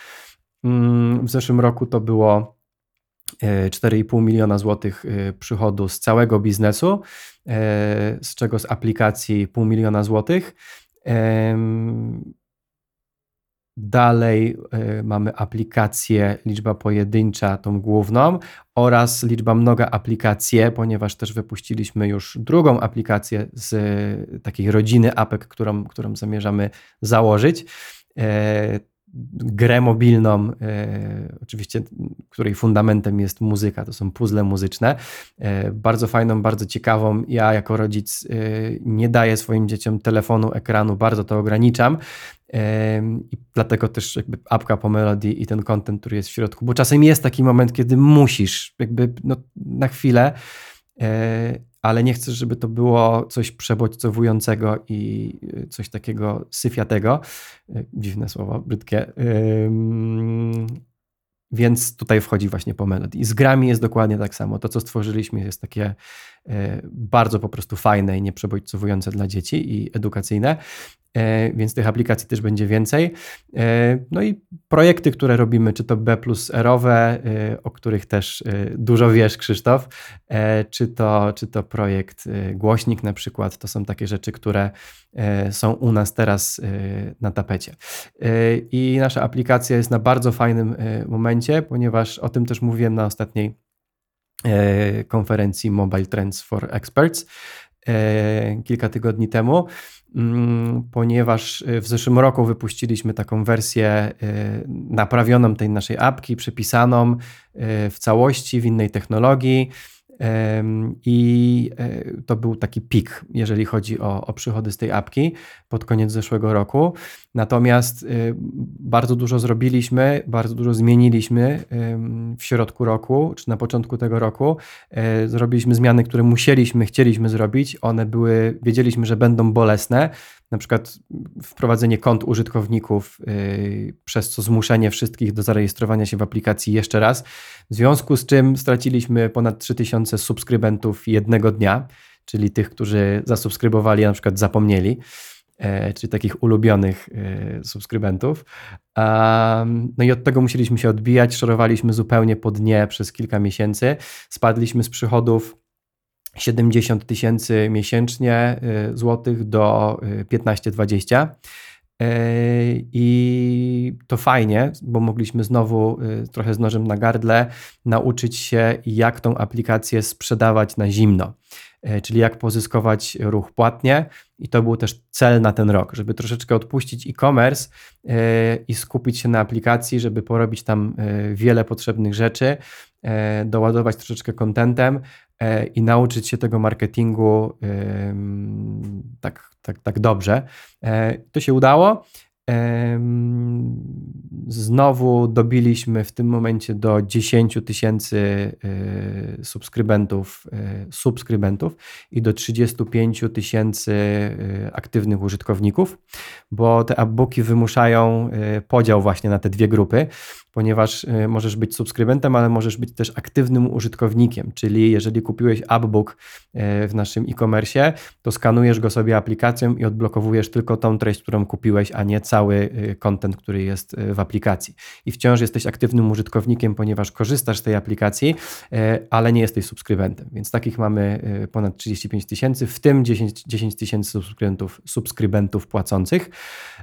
W zeszłym roku to było cztery i pół miliona złotych przychodu z całego biznesu, z czego z aplikacji pół miliona złotych. Dalej y, mamy aplikację, liczba pojedyncza, tą główną oraz liczba mnoga aplikacje, ponieważ też wypuściliśmy już drugą aplikację z y, takiej rodziny apek, którą, którą zamierzamy założyć. Y, grę mobilną, e, oczywiście, której fundamentem jest muzyka, to są puzzle muzyczne. E, bardzo fajną, bardzo ciekawą. Ja jako rodzic e, nie daję swoim dzieciom telefonu, ekranu, bardzo to ograniczam. E, I dlatego też jakby apka Pomelody i ten content, który jest w środku, bo czasem jest taki moment, kiedy musisz, jakby no, na chwilę, e, ale nie chcesz, żeby to było coś przebodźcowującego i coś takiego syfiatego. Dziwne słowo, brzydkie. Więc tutaj wchodzi właśnie Pomelody. I z grami jest dokładnie tak samo. To, co stworzyliśmy, jest takie bardzo po prostu fajne i nieprzebodźcowujące dla dzieci i edukacyjne. Więc tych aplikacji też będzie więcej. No i projekty, które robimy, czy to B plus R-owe, o których też dużo wiesz, Krzysztof, czy to, czy to projekt Głośnik na przykład, to są takie rzeczy, które są u nas teraz na tapecie. I nasza aplikacja jest na bardzo fajnym momencie, ponieważ o tym też mówiłem na ostatniej konferencji Mobile Trends for Experts kilka tygodni temu, ponieważ w zeszłym roku wypuściliśmy taką wersję naprawioną tej naszej apki, przepisaną w całości, w innej technologii i to był taki pik, jeżeli chodzi o, o przychody z tej apki pod koniec zeszłego roku. Natomiast bardzo dużo zrobiliśmy, bardzo dużo zmieniliśmy w środku roku, czy na początku tego roku. Zrobiliśmy zmiany, które musieliśmy, chcieliśmy zrobić. One były, wiedzieliśmy, że będą bolesne. Na przykład wprowadzenie kont użytkowników, yy, przez co zmuszenie wszystkich do zarejestrowania się w aplikacji jeszcze raz. W związku z czym straciliśmy ponad trzy tysiące subskrybentów jednego dnia, czyli tych, którzy zasubskrybowali, a na przykład zapomnieli, yy, czyli takich ulubionych yy, subskrybentów. Um, no i od tego musieliśmy się odbijać, szorowaliśmy zupełnie po dnie przez kilka miesięcy. Spadliśmy z przychodów siedemdziesiąt tysięcy miesięcznie y, złotych do y, piętnaście dwadzieścia. Y, I to fajnie, bo mogliśmy znowu y, trochę z nożem na gardle nauczyć się, jak tą aplikację sprzedawać na zimno. Y, czyli jak pozyskować ruch płatnie. I to był też cel na ten rok, żeby troszeczkę odpuścić e-commerce y, i skupić się na aplikacji, żeby porobić tam y, wiele potrzebnych rzeczy, y, doładować troszeczkę contentem, i nauczyć się tego marketingu tak, tak, tak dobrze. To się udało. Znowu dobiliśmy w tym momencie do dziesięć tysięcy subskrybentów, subskrybentów i do trzydzieści pięć tysięcy aktywnych użytkowników, bo te appbooki wymuszają podział właśnie na te dwie grupy, ponieważ możesz być subskrybentem, ale możesz być też aktywnym użytkownikiem, czyli jeżeli kupiłeś appbook w naszym e-commerce, to skanujesz go sobie aplikacją i odblokowujesz tylko tą treść, którą kupiłeś, a nie cały content, który jest w aplikacji. I wciąż jesteś aktywnym użytkownikiem, ponieważ korzystasz z tej aplikacji, ale nie jesteś subskrybentem. Więc takich mamy ponad trzydzieści pięć tysięcy, w tym dziesięć tysięcy subskrybentów, subskrybentów płacących.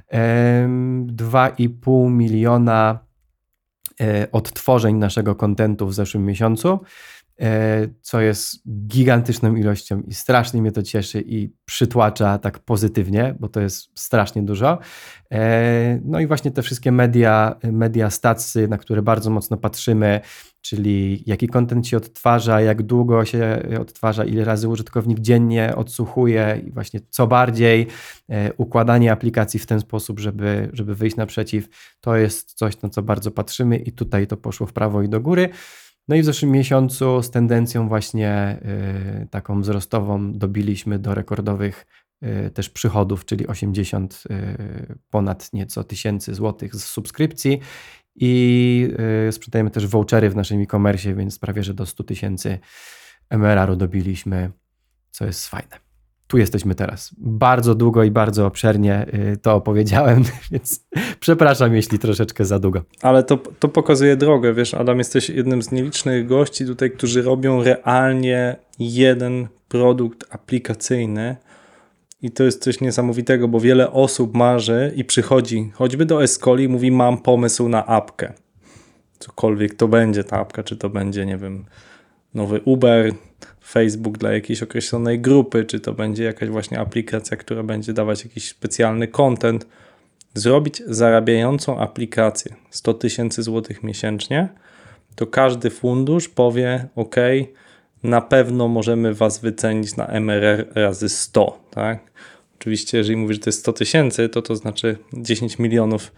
dwa i pół miliona odtworzeń naszego kontentu w zeszłym miesiącu, co jest gigantyczną ilością i strasznie mnie to cieszy i przytłacza tak pozytywnie, bo to jest strasznie dużo. No i właśnie te wszystkie media, media statsy, na które bardzo mocno patrzymy, czyli jaki content się odtwarza, jak długo się odtwarza, ile razy użytkownik dziennie odsłuchuje i właśnie co bardziej, układanie aplikacji w ten sposób, żeby, żeby wyjść naprzeciw, to jest coś, na co bardzo patrzymy i tutaj to poszło w prawo i do góry. No i w zeszłym miesiącu z tendencją właśnie y, taką wzrostową dobiliśmy do rekordowych y, też przychodów, czyli osiemdziesiąt y, ponad nieco tysięcy złotych z subskrypcji i y, sprzedajemy też vouchery w naszym e-commerce, więc prawie że do stu tysięcy M R R-u dobiliśmy, co jest fajne. Tu jesteśmy teraz. Bardzo długo i bardzo obszernie to opowiedziałem, więc przepraszam, jeśli troszeczkę za długo.
Ale to, to pokazuje drogę, wiesz, Adam, jesteś jednym z nielicznych gości tutaj, którzy robią realnie jeden produkt aplikacyjny i to jest coś niesamowitego, bo wiele osób marzy i przychodzi choćby do Escoli i mówi, mam pomysł na apkę. Cokolwiek to będzie ta apka, czy to będzie, nie wiem, nowy Uber, Facebook dla jakiejś określonej grupy, czy to będzie jakaś właśnie aplikacja, która będzie dawać jakiś specjalny content. zrobić zarabiającą aplikację sto tysięcy złotych miesięcznie, to każdy fundusz powie, ok, na pewno możemy was wycenić na M R R razy sto, tak? Oczywiście, jeżeli mówisz, że to jest sto tysięcy, to to znaczy dziesięć milionów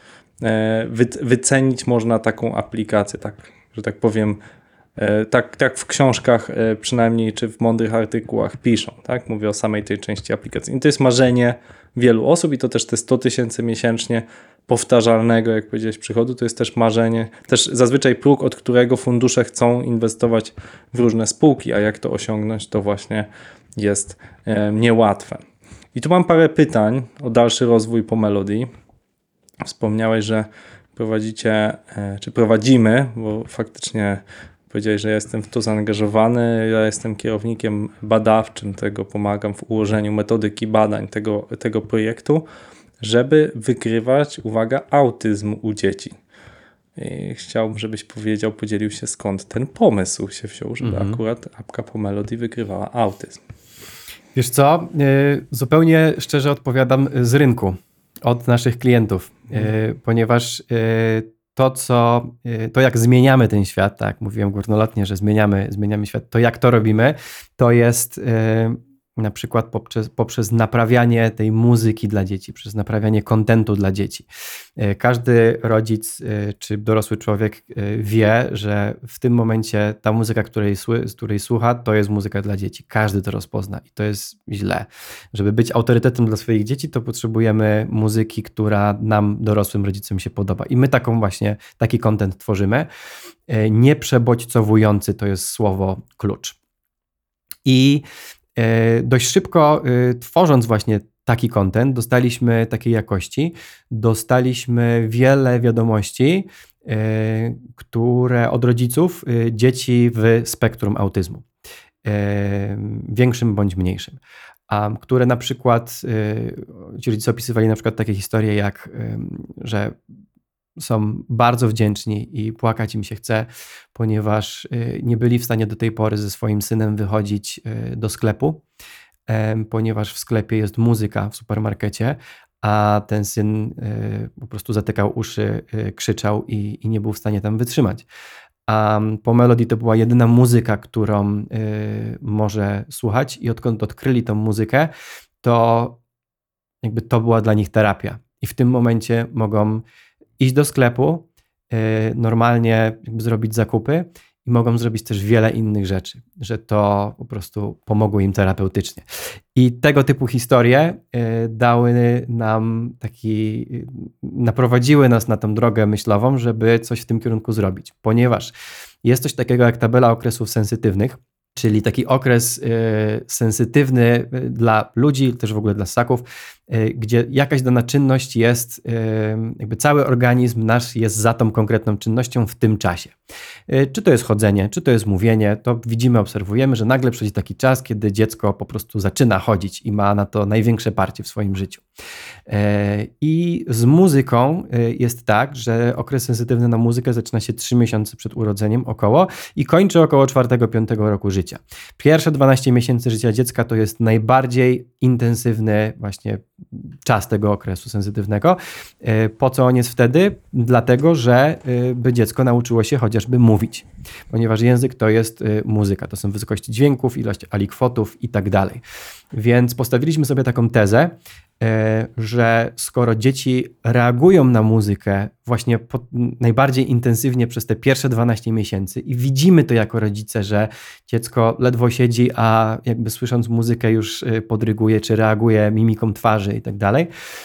wycenić można taką aplikację, tak, że tak powiem, tak, tak w książkach przynajmniej, czy w mądrych artykułach piszą, tak? Mówię o samej tej części aplikacji. I to jest marzenie wielu osób i to też te sto tysięcy miesięcznie powtarzalnego, jak powiedziałeś, przychodu, to jest też marzenie, też zazwyczaj próg, od którego fundusze chcą inwestować w różne spółki, a jak to osiągnąć, to właśnie jest e, niełatwe. I tu mam parę pytań o dalszy rozwój Pomelody. Wspomniałeś, że prowadzicie, e, czy prowadzimy, bo faktycznie powiedziałeś, że ja jestem w to zaangażowany, ja jestem kierownikiem badawczym tego, pomagam w ułożeniu metodyki badań tego, tego projektu, żeby wykrywać, uwaga, autyzm u dzieci. I chciałbym, żebyś powiedział, podzielił się, skąd ten pomysł się wziął, żeby mhm. akurat apka Pomelody wykrywała autyzm.
Wiesz co, yy, zupełnie szczerze odpowiadam z rynku, od naszych klientów, yy, ponieważ yy, to, co, yy, to jak zmieniamy ten świat, tak, mówiłem górnolotnie, że zmieniamy, zmieniamy świat, to jak to robimy, to jest yy, na przykład poprzez, poprzez naprawianie tej muzyki dla dzieci, przez naprawianie kontentu dla dzieci. Każdy rodzic czy dorosły człowiek wie, że w tym momencie ta muzyka, której, z której słucha, to jest muzyka dla dzieci. Każdy to rozpozna i to jest źle. Żeby być autorytetem dla swoich dzieci, to potrzebujemy muzyki, która nam, dorosłym rodzicom, się podoba. I my taką właśnie, taki content tworzymy. Nieprzebodźcowujący to jest słowo klucz. I dość szybko tworząc właśnie taki content, dostaliśmy takiej jakości, dostaliśmy wiele wiadomości, które od rodziców dzieci w spektrum autyzmu, większym bądź mniejszym, a które na przykład ci rodzice opisywali na przykład takie historie jak, że są bardzo wdzięczni i płakać im się chce, ponieważ nie byli w stanie do tej pory ze swoim synem wychodzić do sklepu, ponieważ w sklepie jest muzyka w supermarkecie, a ten syn po prostu zatykał uszy, krzyczał i, i nie był w stanie tam wytrzymać. A Pomelody to była jedyna muzyka, którą może słuchać i odkąd odkryli tą muzykę, to jakby to była dla nich terapia. I w tym momencie mogą iść do sklepu, normalnie jakby zrobić zakupy i mogą zrobić też wiele innych rzeczy, że to po prostu pomogło im terapeutycznie. I tego typu historie dały nam taki, naprowadziły nas na tą drogę myślową, żeby coś w tym kierunku zrobić, ponieważ jest coś takiego jak tabela okresów sensytywnych, czyli taki okres y, sensytywny dla ludzi, też w ogóle dla ssaków, y, gdzie jakaś dana czynność jest, y, jakby cały organizm nasz jest za tą konkretną czynnością w tym czasie. Y, czy to jest chodzenie, czy to jest mówienie, to widzimy, obserwujemy, że nagle przychodzi taki czas, kiedy dziecko po prostu zaczyna chodzić i ma na to największe parcie w swoim życiu. Y, I z muzyką y, jest tak, że okres sensytywny na muzykę zaczyna się trzy miesiące przed urodzeniem około i kończy około czwartego piątego roku życia. Pierwsze dwanaście miesięcy życia dziecka to jest najbardziej intensywny właśnie czas tego okresu sensytywnego. Po co on jest wtedy? Dlatego, że by dziecko nauczyło się chociażby mówić, ponieważ język to jest muzyka, to są wysokości dźwięków, ilość alikwotów i tak dalej. Więc postawiliśmy sobie taką tezę, że skoro dzieci reagują na muzykę właśnie po, najbardziej intensywnie przez te pierwsze dwanaście miesięcy i widzimy to jako rodzice, że dziecko ledwo siedzi, a jakby słysząc muzykę już podryguje, czy reaguje mimiką twarzy i tak dalej,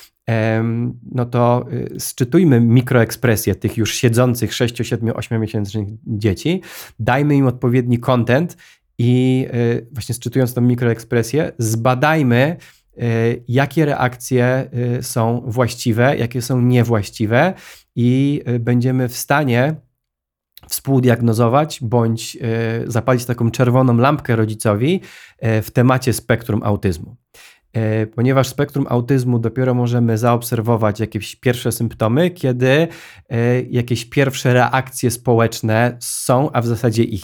no to sczytujmy mikroekspresję tych już siedzących sześć, siedem, osiem miesięcznych dzieci, dajmy im odpowiedni content i właśnie sczytując tą mikroekspresję zbadajmy, jakie reakcje są właściwe, jakie są niewłaściwe i będziemy w stanie współdiagnozować bądź zapalić taką czerwoną lampkę rodzicowi w temacie spektrum autyzmu. Ponieważ spektrum autyzmu dopiero możemy zaobserwować jakieś pierwsze symptomy, kiedy jakieś pierwsze reakcje społeczne są, a w zasadzie ich nie ma.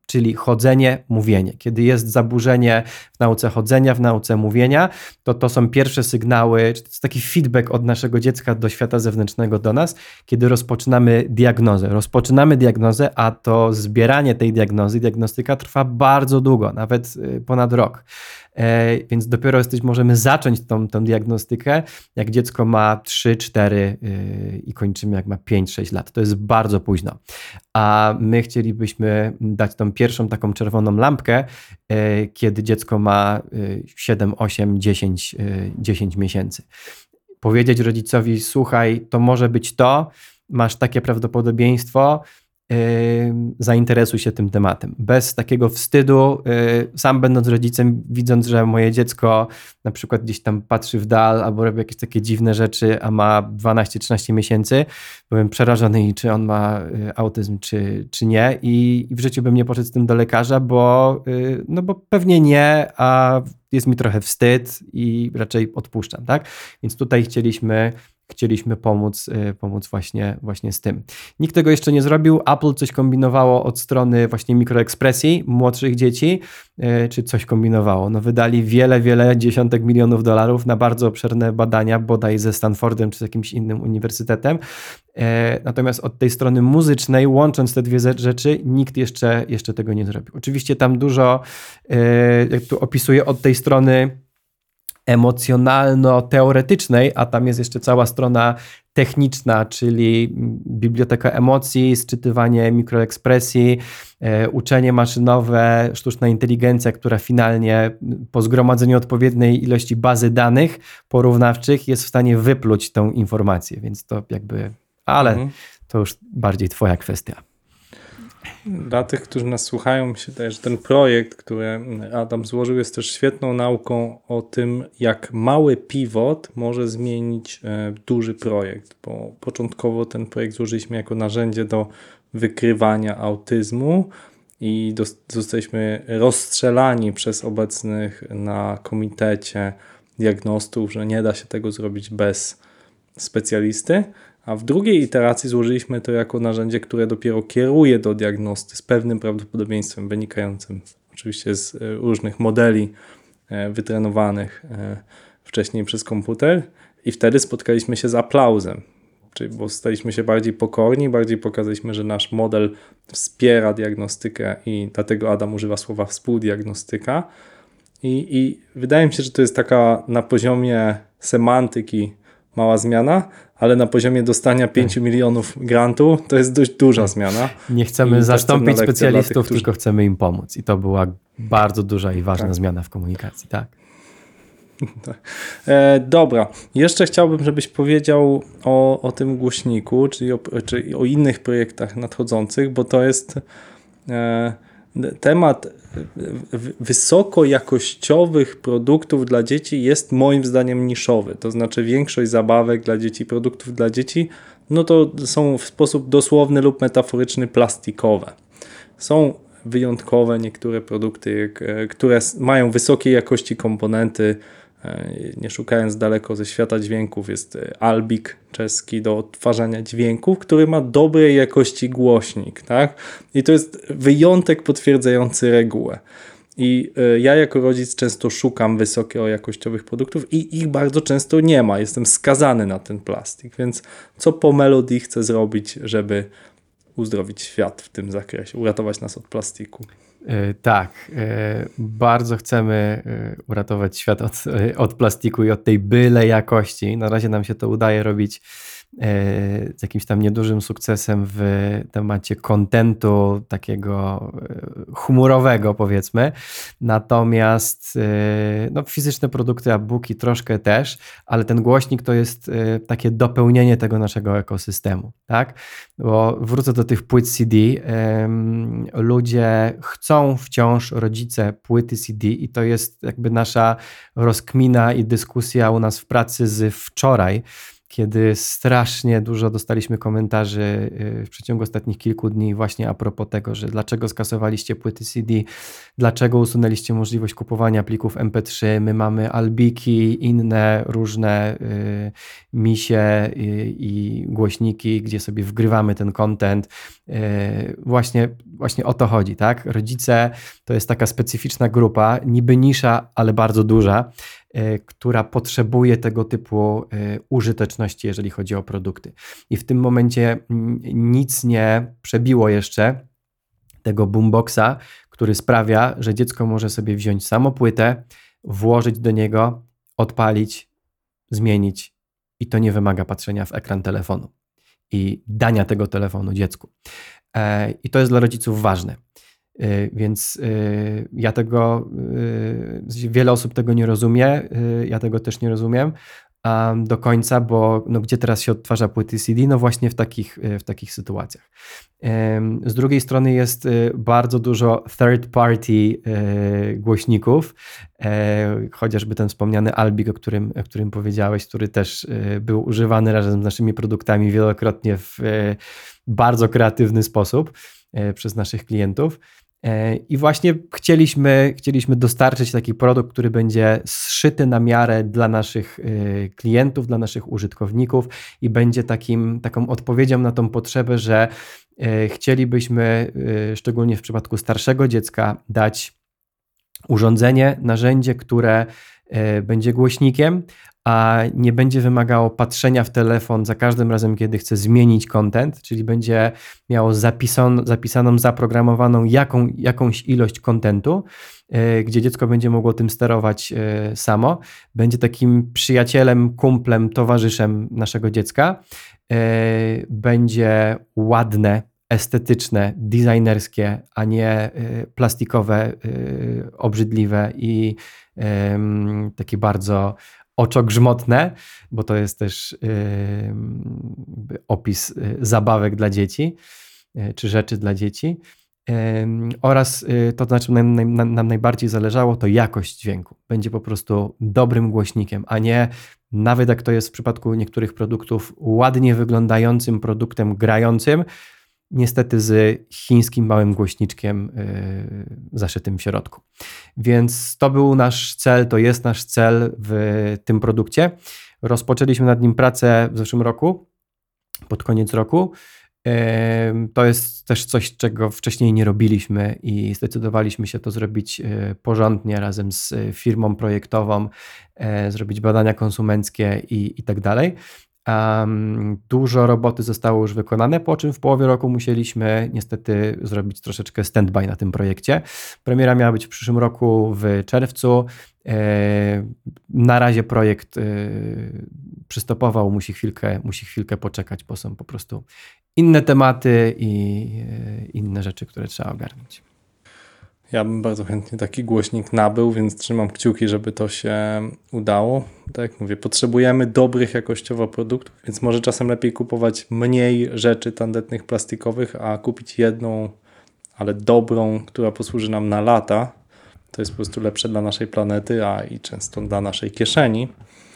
czyli chodzenie, mówienie. Kiedy jest zaburzenie w nauce chodzenia, w nauce mówienia, to to są pierwsze sygnały, czy to jest taki feedback od naszego dziecka do świata zewnętrznego, do nas, kiedy rozpoczynamy diagnozę. Rozpoczynamy diagnozę, a to zbieranie tej diagnozy, diagnostyka trwa bardzo długo, nawet ponad rok. E, więc dopiero jesteś, możemy zacząć tą, tą diagnostykę, jak dziecko ma trzy, cztery yy, i kończymy jak ma pięć, sześć lat. To jest bardzo późno. A my chcielibyśmy dać tą pierwszą taką czerwoną lampkę, yy, kiedy dziecko ma yy, siedem, osiem, dziesięć, yy, dziesięć miesięcy. Powiedzieć rodzicowi, słuchaj, to może być to, masz takie prawdopodobieństwo, Yy, zainteresuj się tym tematem. Bez takiego wstydu, yy, sam będąc rodzicem, widząc, że moje dziecko na przykład gdzieś tam patrzy w dal albo robi jakieś takie dziwne rzeczy, a ma dwanaście trzynaście miesięcy, byłem przerażony, czy on ma yy, autyzm, czy, czy nie i, i w życiu bym nie poszedł z tym do lekarza, bo, yy, no bo pewnie nie, a jest mi trochę wstyd i raczej odpuszczam, tak? Więc tutaj chcieliśmy Chcieliśmy pomóc, pomóc właśnie, właśnie z tym. Nikt tego jeszcze nie zrobił. Apple coś kombinowało od strony właśnie mikroekspresji młodszych dzieci, czy coś kombinowało. No wydali wiele, wiele dziesiątek milionów dolarów na bardzo obszerne badania, bodaj ze Stanfordem czy z jakimś innym uniwersytetem. Natomiast od tej strony muzycznej, łącząc te dwie rzeczy, nikt jeszcze, jeszcze tego nie zrobił. Oczywiście tam dużo, jak tu opisuję, od tej strony emocjonalno-teoretycznej, a tam jest jeszcze cała strona techniczna, czyli biblioteka emocji, sczytywanie mikroekspresji, e, uczenie maszynowe, sztuczna inteligencja, która finalnie po zgromadzeniu odpowiedniej ilości bazy danych porównawczych jest w stanie wypluć tą informację, więc to jakby, ale mhm. to już bardziej twoja kwestia.
Dla tych, którzy nas słuchają, myślę też, że ten projekt, który Adam złożył, jest też świetną nauką o tym, jak mały pivot może zmienić e, duży projekt, bo początkowo ten projekt złożyliśmy jako narzędzie do wykrywania autyzmu i do, zostaliśmy rozstrzelani przez obecnych na komitecie diagnostów, że nie da się tego zrobić bez specjalisty. A w drugiej iteracji złożyliśmy to jako narzędzie, które dopiero kieruje do diagnosty z pewnym prawdopodobieństwem wynikającym oczywiście z różnych modeli wytrenowanych wcześniej przez komputer i wtedy spotkaliśmy się z aplauzem, czyli bo staliśmy się bardziej pokorni, bardziej pokazaliśmy, że nasz model wspiera diagnostykę i dlatego Adam używa słowa współdiagnostyka i, i wydaje mi się, że to jest taka na poziomie semantyki mała zmiana, ale na poziomie dostania pięciu milionów grantu to jest dość duża zmiana.
Nie chcemy I zastąpić specjalistów, tych, którzy... tylko chcemy im pomóc. I to była bardzo duża i ważna tak. zmiana w komunikacji. Tak.
e, dobra. Jeszcze chciałbym, żebyś powiedział o, o tym głośniku, czyli o, czyli o innych projektach nadchodzących, bo to jest e, temat wysokojakościowych produktów dla dzieci jest moim zdaniem niszowy. To znaczy większość zabawek dla dzieci, produktów dla dzieci, no to są w sposób dosłowny lub metaforyczny plastikowe. Są wyjątkowe niektóre produkty, które mają wysokiej jakości komponenty. Nie szukając daleko ze świata dźwięków, jest Albik czeski do odtwarzania dźwięków, który ma dobrej jakości głośnik, tak? I to jest wyjątek potwierdzający regułę. I ja jako rodzic często szukam wysokojakościowych produktów i ich bardzo często nie ma. Jestem skazany na ten plastik, więc co po Melody chcę zrobić, żeby uzdrowić świat w tym zakresie, uratować nas od plastiku?
Tak, bardzo chcemy uratować świat od, od plastiku i od tej byle jakości. Na razie nam się to udaje robić z jakimś tam niedużym sukcesem w temacie kontentu takiego humorowego, powiedzmy. Natomiast no, fizyczne produkty, e-booki troszkę też, ale ten głośnik to jest takie dopełnienie tego naszego ekosystemu, tak? Bo wrócę do tych płyt C D. Ludzie chcą wciąż, rodzice, płyty C D i to jest jakby nasza rozkmina i dyskusja u nas w pracy z wczoraj, kiedy strasznie dużo dostaliśmy komentarzy w przeciągu ostatnich kilku dni właśnie a propos tego, że dlaczego skasowaliście płyty C D, dlaczego usunęliście możliwość kupowania plików M P trzy, my mamy Albiki, inne różne y, misie y, i głośniki, gdzie sobie wgrywamy ten content. Y, właśnie, właśnie o to chodzi, tak? Rodzice to jest taka specyficzna grupa, niby nisza, ale bardzo duża, która potrzebuje tego typu użyteczności, jeżeli chodzi o produkty. I w tym momencie nic nie przebiło jeszcze tego boomboxa, który sprawia, że dziecko może sobie wziąć samo płytę, włożyć do niego, odpalić, zmienić i to nie wymaga patrzenia w ekran telefonu i dania tego telefonu dziecku. I to jest dla rodziców ważne. Więc ja tego, wiele osób tego nie rozumie, ja tego też nie rozumiem do końca, bo no, gdzie teraz się odtwarza płyty C D? No właśnie w takich, w takich sytuacjach. Z drugiej strony jest bardzo dużo third party głośników, chociażby ten wspomniany Albik, o którym, o którym powiedziałeś, który też był używany razem z naszymi produktami wielokrotnie w bardzo kreatywny sposób przez naszych klientów. I właśnie chcieliśmy, chcieliśmy dostarczyć taki produkt, który będzie zszyty na miarę dla naszych klientów, dla naszych użytkowników i będzie takim, taką odpowiedzią na tą potrzebę, że chcielibyśmy, szczególnie w przypadku starszego dziecka, dać urządzenie, narzędzie, które będzie głośnikiem, a nie będzie wymagało patrzenia w telefon za każdym razem, kiedy chce zmienić content, czyli będzie miało zapisaną, zapisaną zaprogramowaną jaką, jakąś ilość contentu, yy, gdzie dziecko będzie mogło tym sterować yy, samo. Będzie takim przyjacielem, kumplem, towarzyszem naszego dziecka. Yy, będzie ładne, estetyczne, designerskie, a nie yy, plastikowe, yy, obrzydliwe i yy, takie bardzo oczogrzmotne, bo to jest też yy, opis yy, zabawek dla dzieci, yy, czy rzeczy dla dzieci. Yy, oraz yy, to, na czym nam, nam, nam najbardziej zależało, to jakość dźwięku. Będzie po prostu dobrym głośnikiem, a nie, nawet jak to jest w przypadku niektórych produktów, ładnie wyglądającym produktem grającym, niestety z chińskim małym głośniczkiem yy, zaszytym w środku. Więc to był nasz cel, to jest nasz cel w tym produkcie. Rozpoczęliśmy nad nim pracę w zeszłym roku, pod koniec roku. Yy, to jest też coś, czego wcześniej nie robiliśmy i zdecydowaliśmy się to zrobić yy, porządnie razem z firmą projektową, yy, zrobić badania konsumenckie i, i tak dalej. Um, dużo roboty zostało już wykonane, po czym w połowie roku musieliśmy niestety zrobić troszeczkę stand-by na tym projekcie. Premiera miała być w przyszłym roku w czerwcu. E, na razie projekt e, przystopował, musi chwilkę, musi chwilkę poczekać, bo są po prostu inne tematy i e, inne rzeczy, które trzeba ogarnąć.
Ja bym bardzo chętnie taki głośnik nabył, więc trzymam kciuki, żeby to się udało. Tak jak mówię, potrzebujemy dobrych jakościowo produktów, więc może czasem lepiej kupować mniej rzeczy tandetnych, plastikowych, a kupić jedną, ale dobrą, która posłuży nam na lata. To jest po prostu lepsze dla naszej planety, a i często dla naszej kieszeni.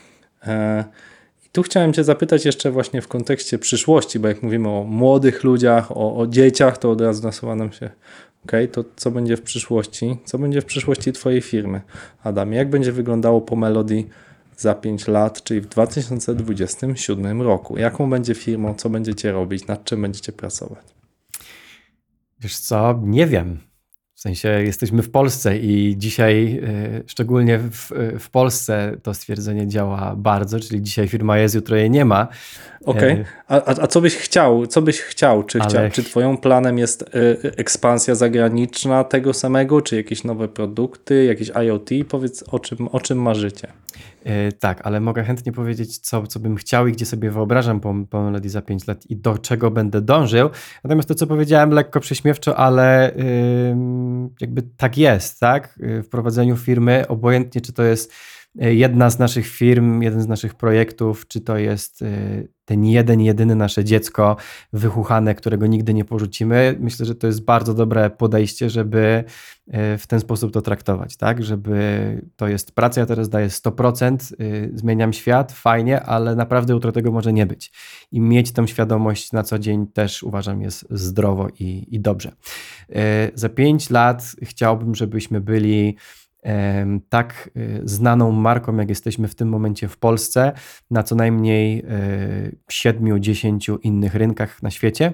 I tu chciałem Cię zapytać jeszcze właśnie w kontekście przyszłości, bo jak mówimy o młodych ludziach, o, o dzieciach, to od razu nasuwa nam się okej, to co będzie w przyszłości? Co będzie w przyszłości Twojej firmy? Adam, jak będzie wyglądało Pomelody za pięć lat, czyli w dwa tysiące dwudziestym siódmym roku? Jaką będzie firmą? Co będziecie robić? Nad czym będziecie pracować?
Wiesz co? Nie wiem. W sensie jesteśmy w Polsce i dzisiaj, y, szczególnie w, w Polsce to stwierdzenie działa bardzo, czyli dzisiaj firma jest, jutro jej nie ma.
Okej, okay. a, a co byś chciał? Co byś chciał? Czy,
Ale...
chciał, czy twoją planem jest y, ekspansja zagraniczna tego samego, czy jakieś nowe produkty, jakieś IoT? Powiedz, o czym, o czym marzycie?
Yy, tak, ale mogę chętnie powiedzieć, co, co bym chciał i gdzie sobie wyobrażam po, po Melody za pięć lat i do czego będę dążył. Natomiast to, co powiedziałem, lekko prześmiewczo, ale yy, jakby tak jest, tak? W prowadzeniu firmy, obojętnie czy to jest jedna z naszych firm, jeden z naszych projektów, czy to jest yy, ten jeden, jedyny nasze dziecko wychuchane, którego nigdy nie porzucimy. Myślę, że to jest bardzo dobre podejście, żeby w ten sposób to traktować, tak? Żeby to jest praca, ja teraz daję sto procent, zmieniam świat, fajnie, ale naprawdę jutro tego może nie być. I mieć tą świadomość na co dzień też uważam jest zdrowo i, i dobrze. Za pięć lat chciałbym, żebyśmy byli tak znaną marką, jak jesteśmy w tym momencie w Polsce, na co najmniej siedmiu, dziesięciu innych rynkach na świecie.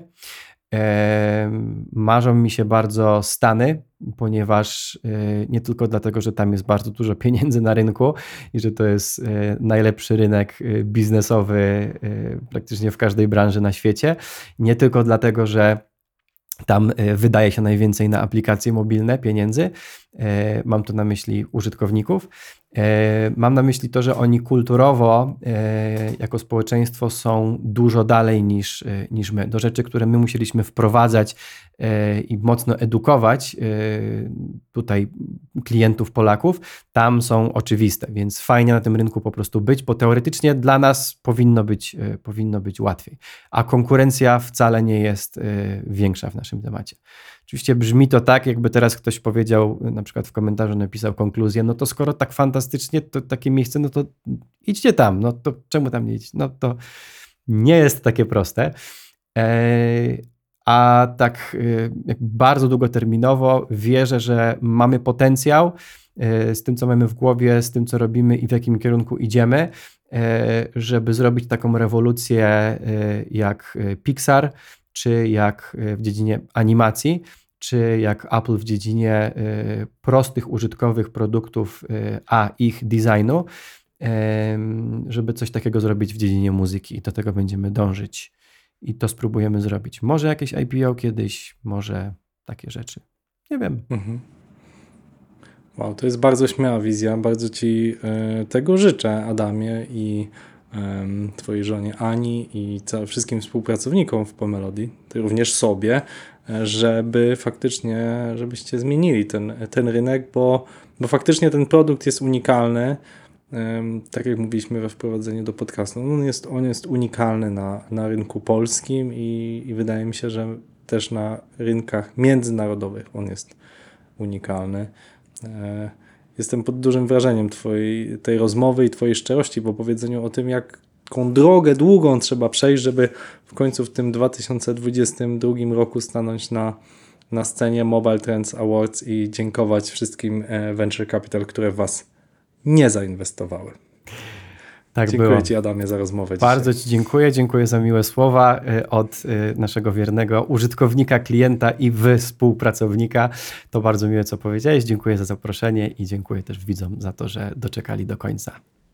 Marzą mi się bardzo Stany, ponieważ nie tylko dlatego, że tam jest bardzo dużo pieniędzy na rynku i że to jest najlepszy rynek biznesowy praktycznie w każdej branży na świecie, nie tylko dlatego, że tam wydaje się najwięcej na aplikacje mobilne pieniędzy. Mam tu na myśli użytkowników. Mam na myśli to, że oni kulturowo jako społeczeństwo są dużo dalej niż, niż my. Do rzeczy, które my musieliśmy wprowadzać i mocno edukować tutaj klientów Polaków, tam są oczywiste, więc fajnie na tym rynku po prostu być, bo teoretycznie dla nas powinno być, powinno być łatwiej, a konkurencja wcale nie jest większa w naszym temacie. Oczywiście brzmi to tak, jakby teraz ktoś powiedział, na przykład w komentarzu napisał konkluzję, no to skoro tak fantastycznie, to takie miejsce, no to idźcie tam, no to czemu tam nie iść? No to nie jest takie proste. A tak bardzo długoterminowo wierzę, że mamy potencjał z tym, co mamy w głowie, z tym, co robimy i w jakim kierunku idziemy, żeby zrobić taką rewolucję jak Pixar, czy jak w dziedzinie animacji, czy jak Apple w dziedzinie prostych, użytkowych produktów, a ich designu, żeby coś takiego zrobić w dziedzinie muzyki i do tego będziemy dążyć i to spróbujemy zrobić. Może jakieś I P O kiedyś, może takie rzeczy. Nie wiem.
Mhm. Wow, to jest bardzo śmiała wizja. Bardzo Ci y, tego życzę, Adamie, i y, Twojej żonie Ani i całym wszystkim współpracownikom w Pomelody, ty również sobie, żeby faktycznie, żebyście zmienili ten, ten rynek, bo, bo faktycznie ten produkt jest unikalny. Tak jak mówiliśmy we wprowadzeniu do podcastu, on jest, on jest unikalny na, na rynku polskim i, i wydaje mi się, że też na rynkach międzynarodowych on jest unikalny. Jestem pod dużym wrażeniem twojej, tej rozmowy i twojej szczerości w opowiedzeniu o tym, jaką drogę długą trzeba przejść, żeby w końcu w tym dwa tysiące dwudziestym drugim roku stanąć na, na scenie Mobile Trends Awards i dziękować wszystkim Venture Capital, które w was nie zainwestowały.
Tak
dziękuję
było.
Ci, Adamie, za rozmowę
Bardzo
dzisiaj.
Ci dziękuję. Dziękuję za miłe słowa od naszego wiernego użytkownika, klienta i współpracownika. To bardzo miłe, co powiedziałeś. Dziękuję za zaproszenie i dziękuję też widzom za to, że doczekali do końca.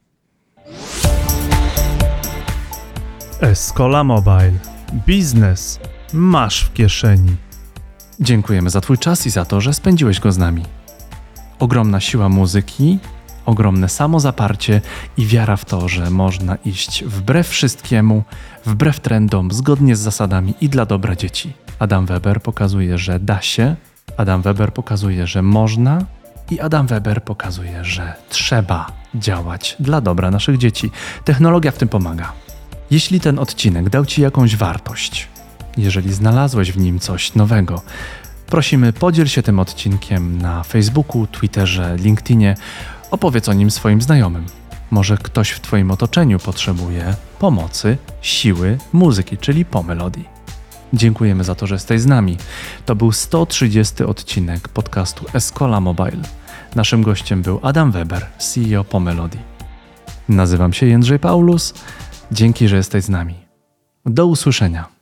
Escola Mobile. Biznes masz w kieszeni.
Dziękujemy za Twój czas i za to, że spędziłeś go z nami. Ogromna siła muzyki, ogromne samozaparcie i wiara w to, że można iść wbrew wszystkiemu, wbrew trendom, zgodnie z zasadami i dla dobra dzieci. Adam Weber pokazuje, że da się, Adam Weber pokazuje, że można i Adam Weber pokazuje, że trzeba działać dla dobra naszych dzieci. Technologia w tym pomaga. Jeśli ten odcinek dał Ci jakąś wartość, jeżeli znalazłeś w nim coś nowego, prosimy, podziel się tym odcinkiem na Facebooku, Twitterze, LinkedInie. Opowiedz o nim swoim znajomym. Może ktoś w Twoim otoczeniu potrzebuje pomocy, siły, muzyki, czyli Pomelody. Dziękujemy za to, że jesteś z nami. To był sto trzydziesty odcinek podcastu Escola Mobile. Naszym gościem był Adam Weber, C E O Pomelody. Nazywam się Jędrzej Paulus. Dzięki, że jesteś z nami. Do usłyszenia.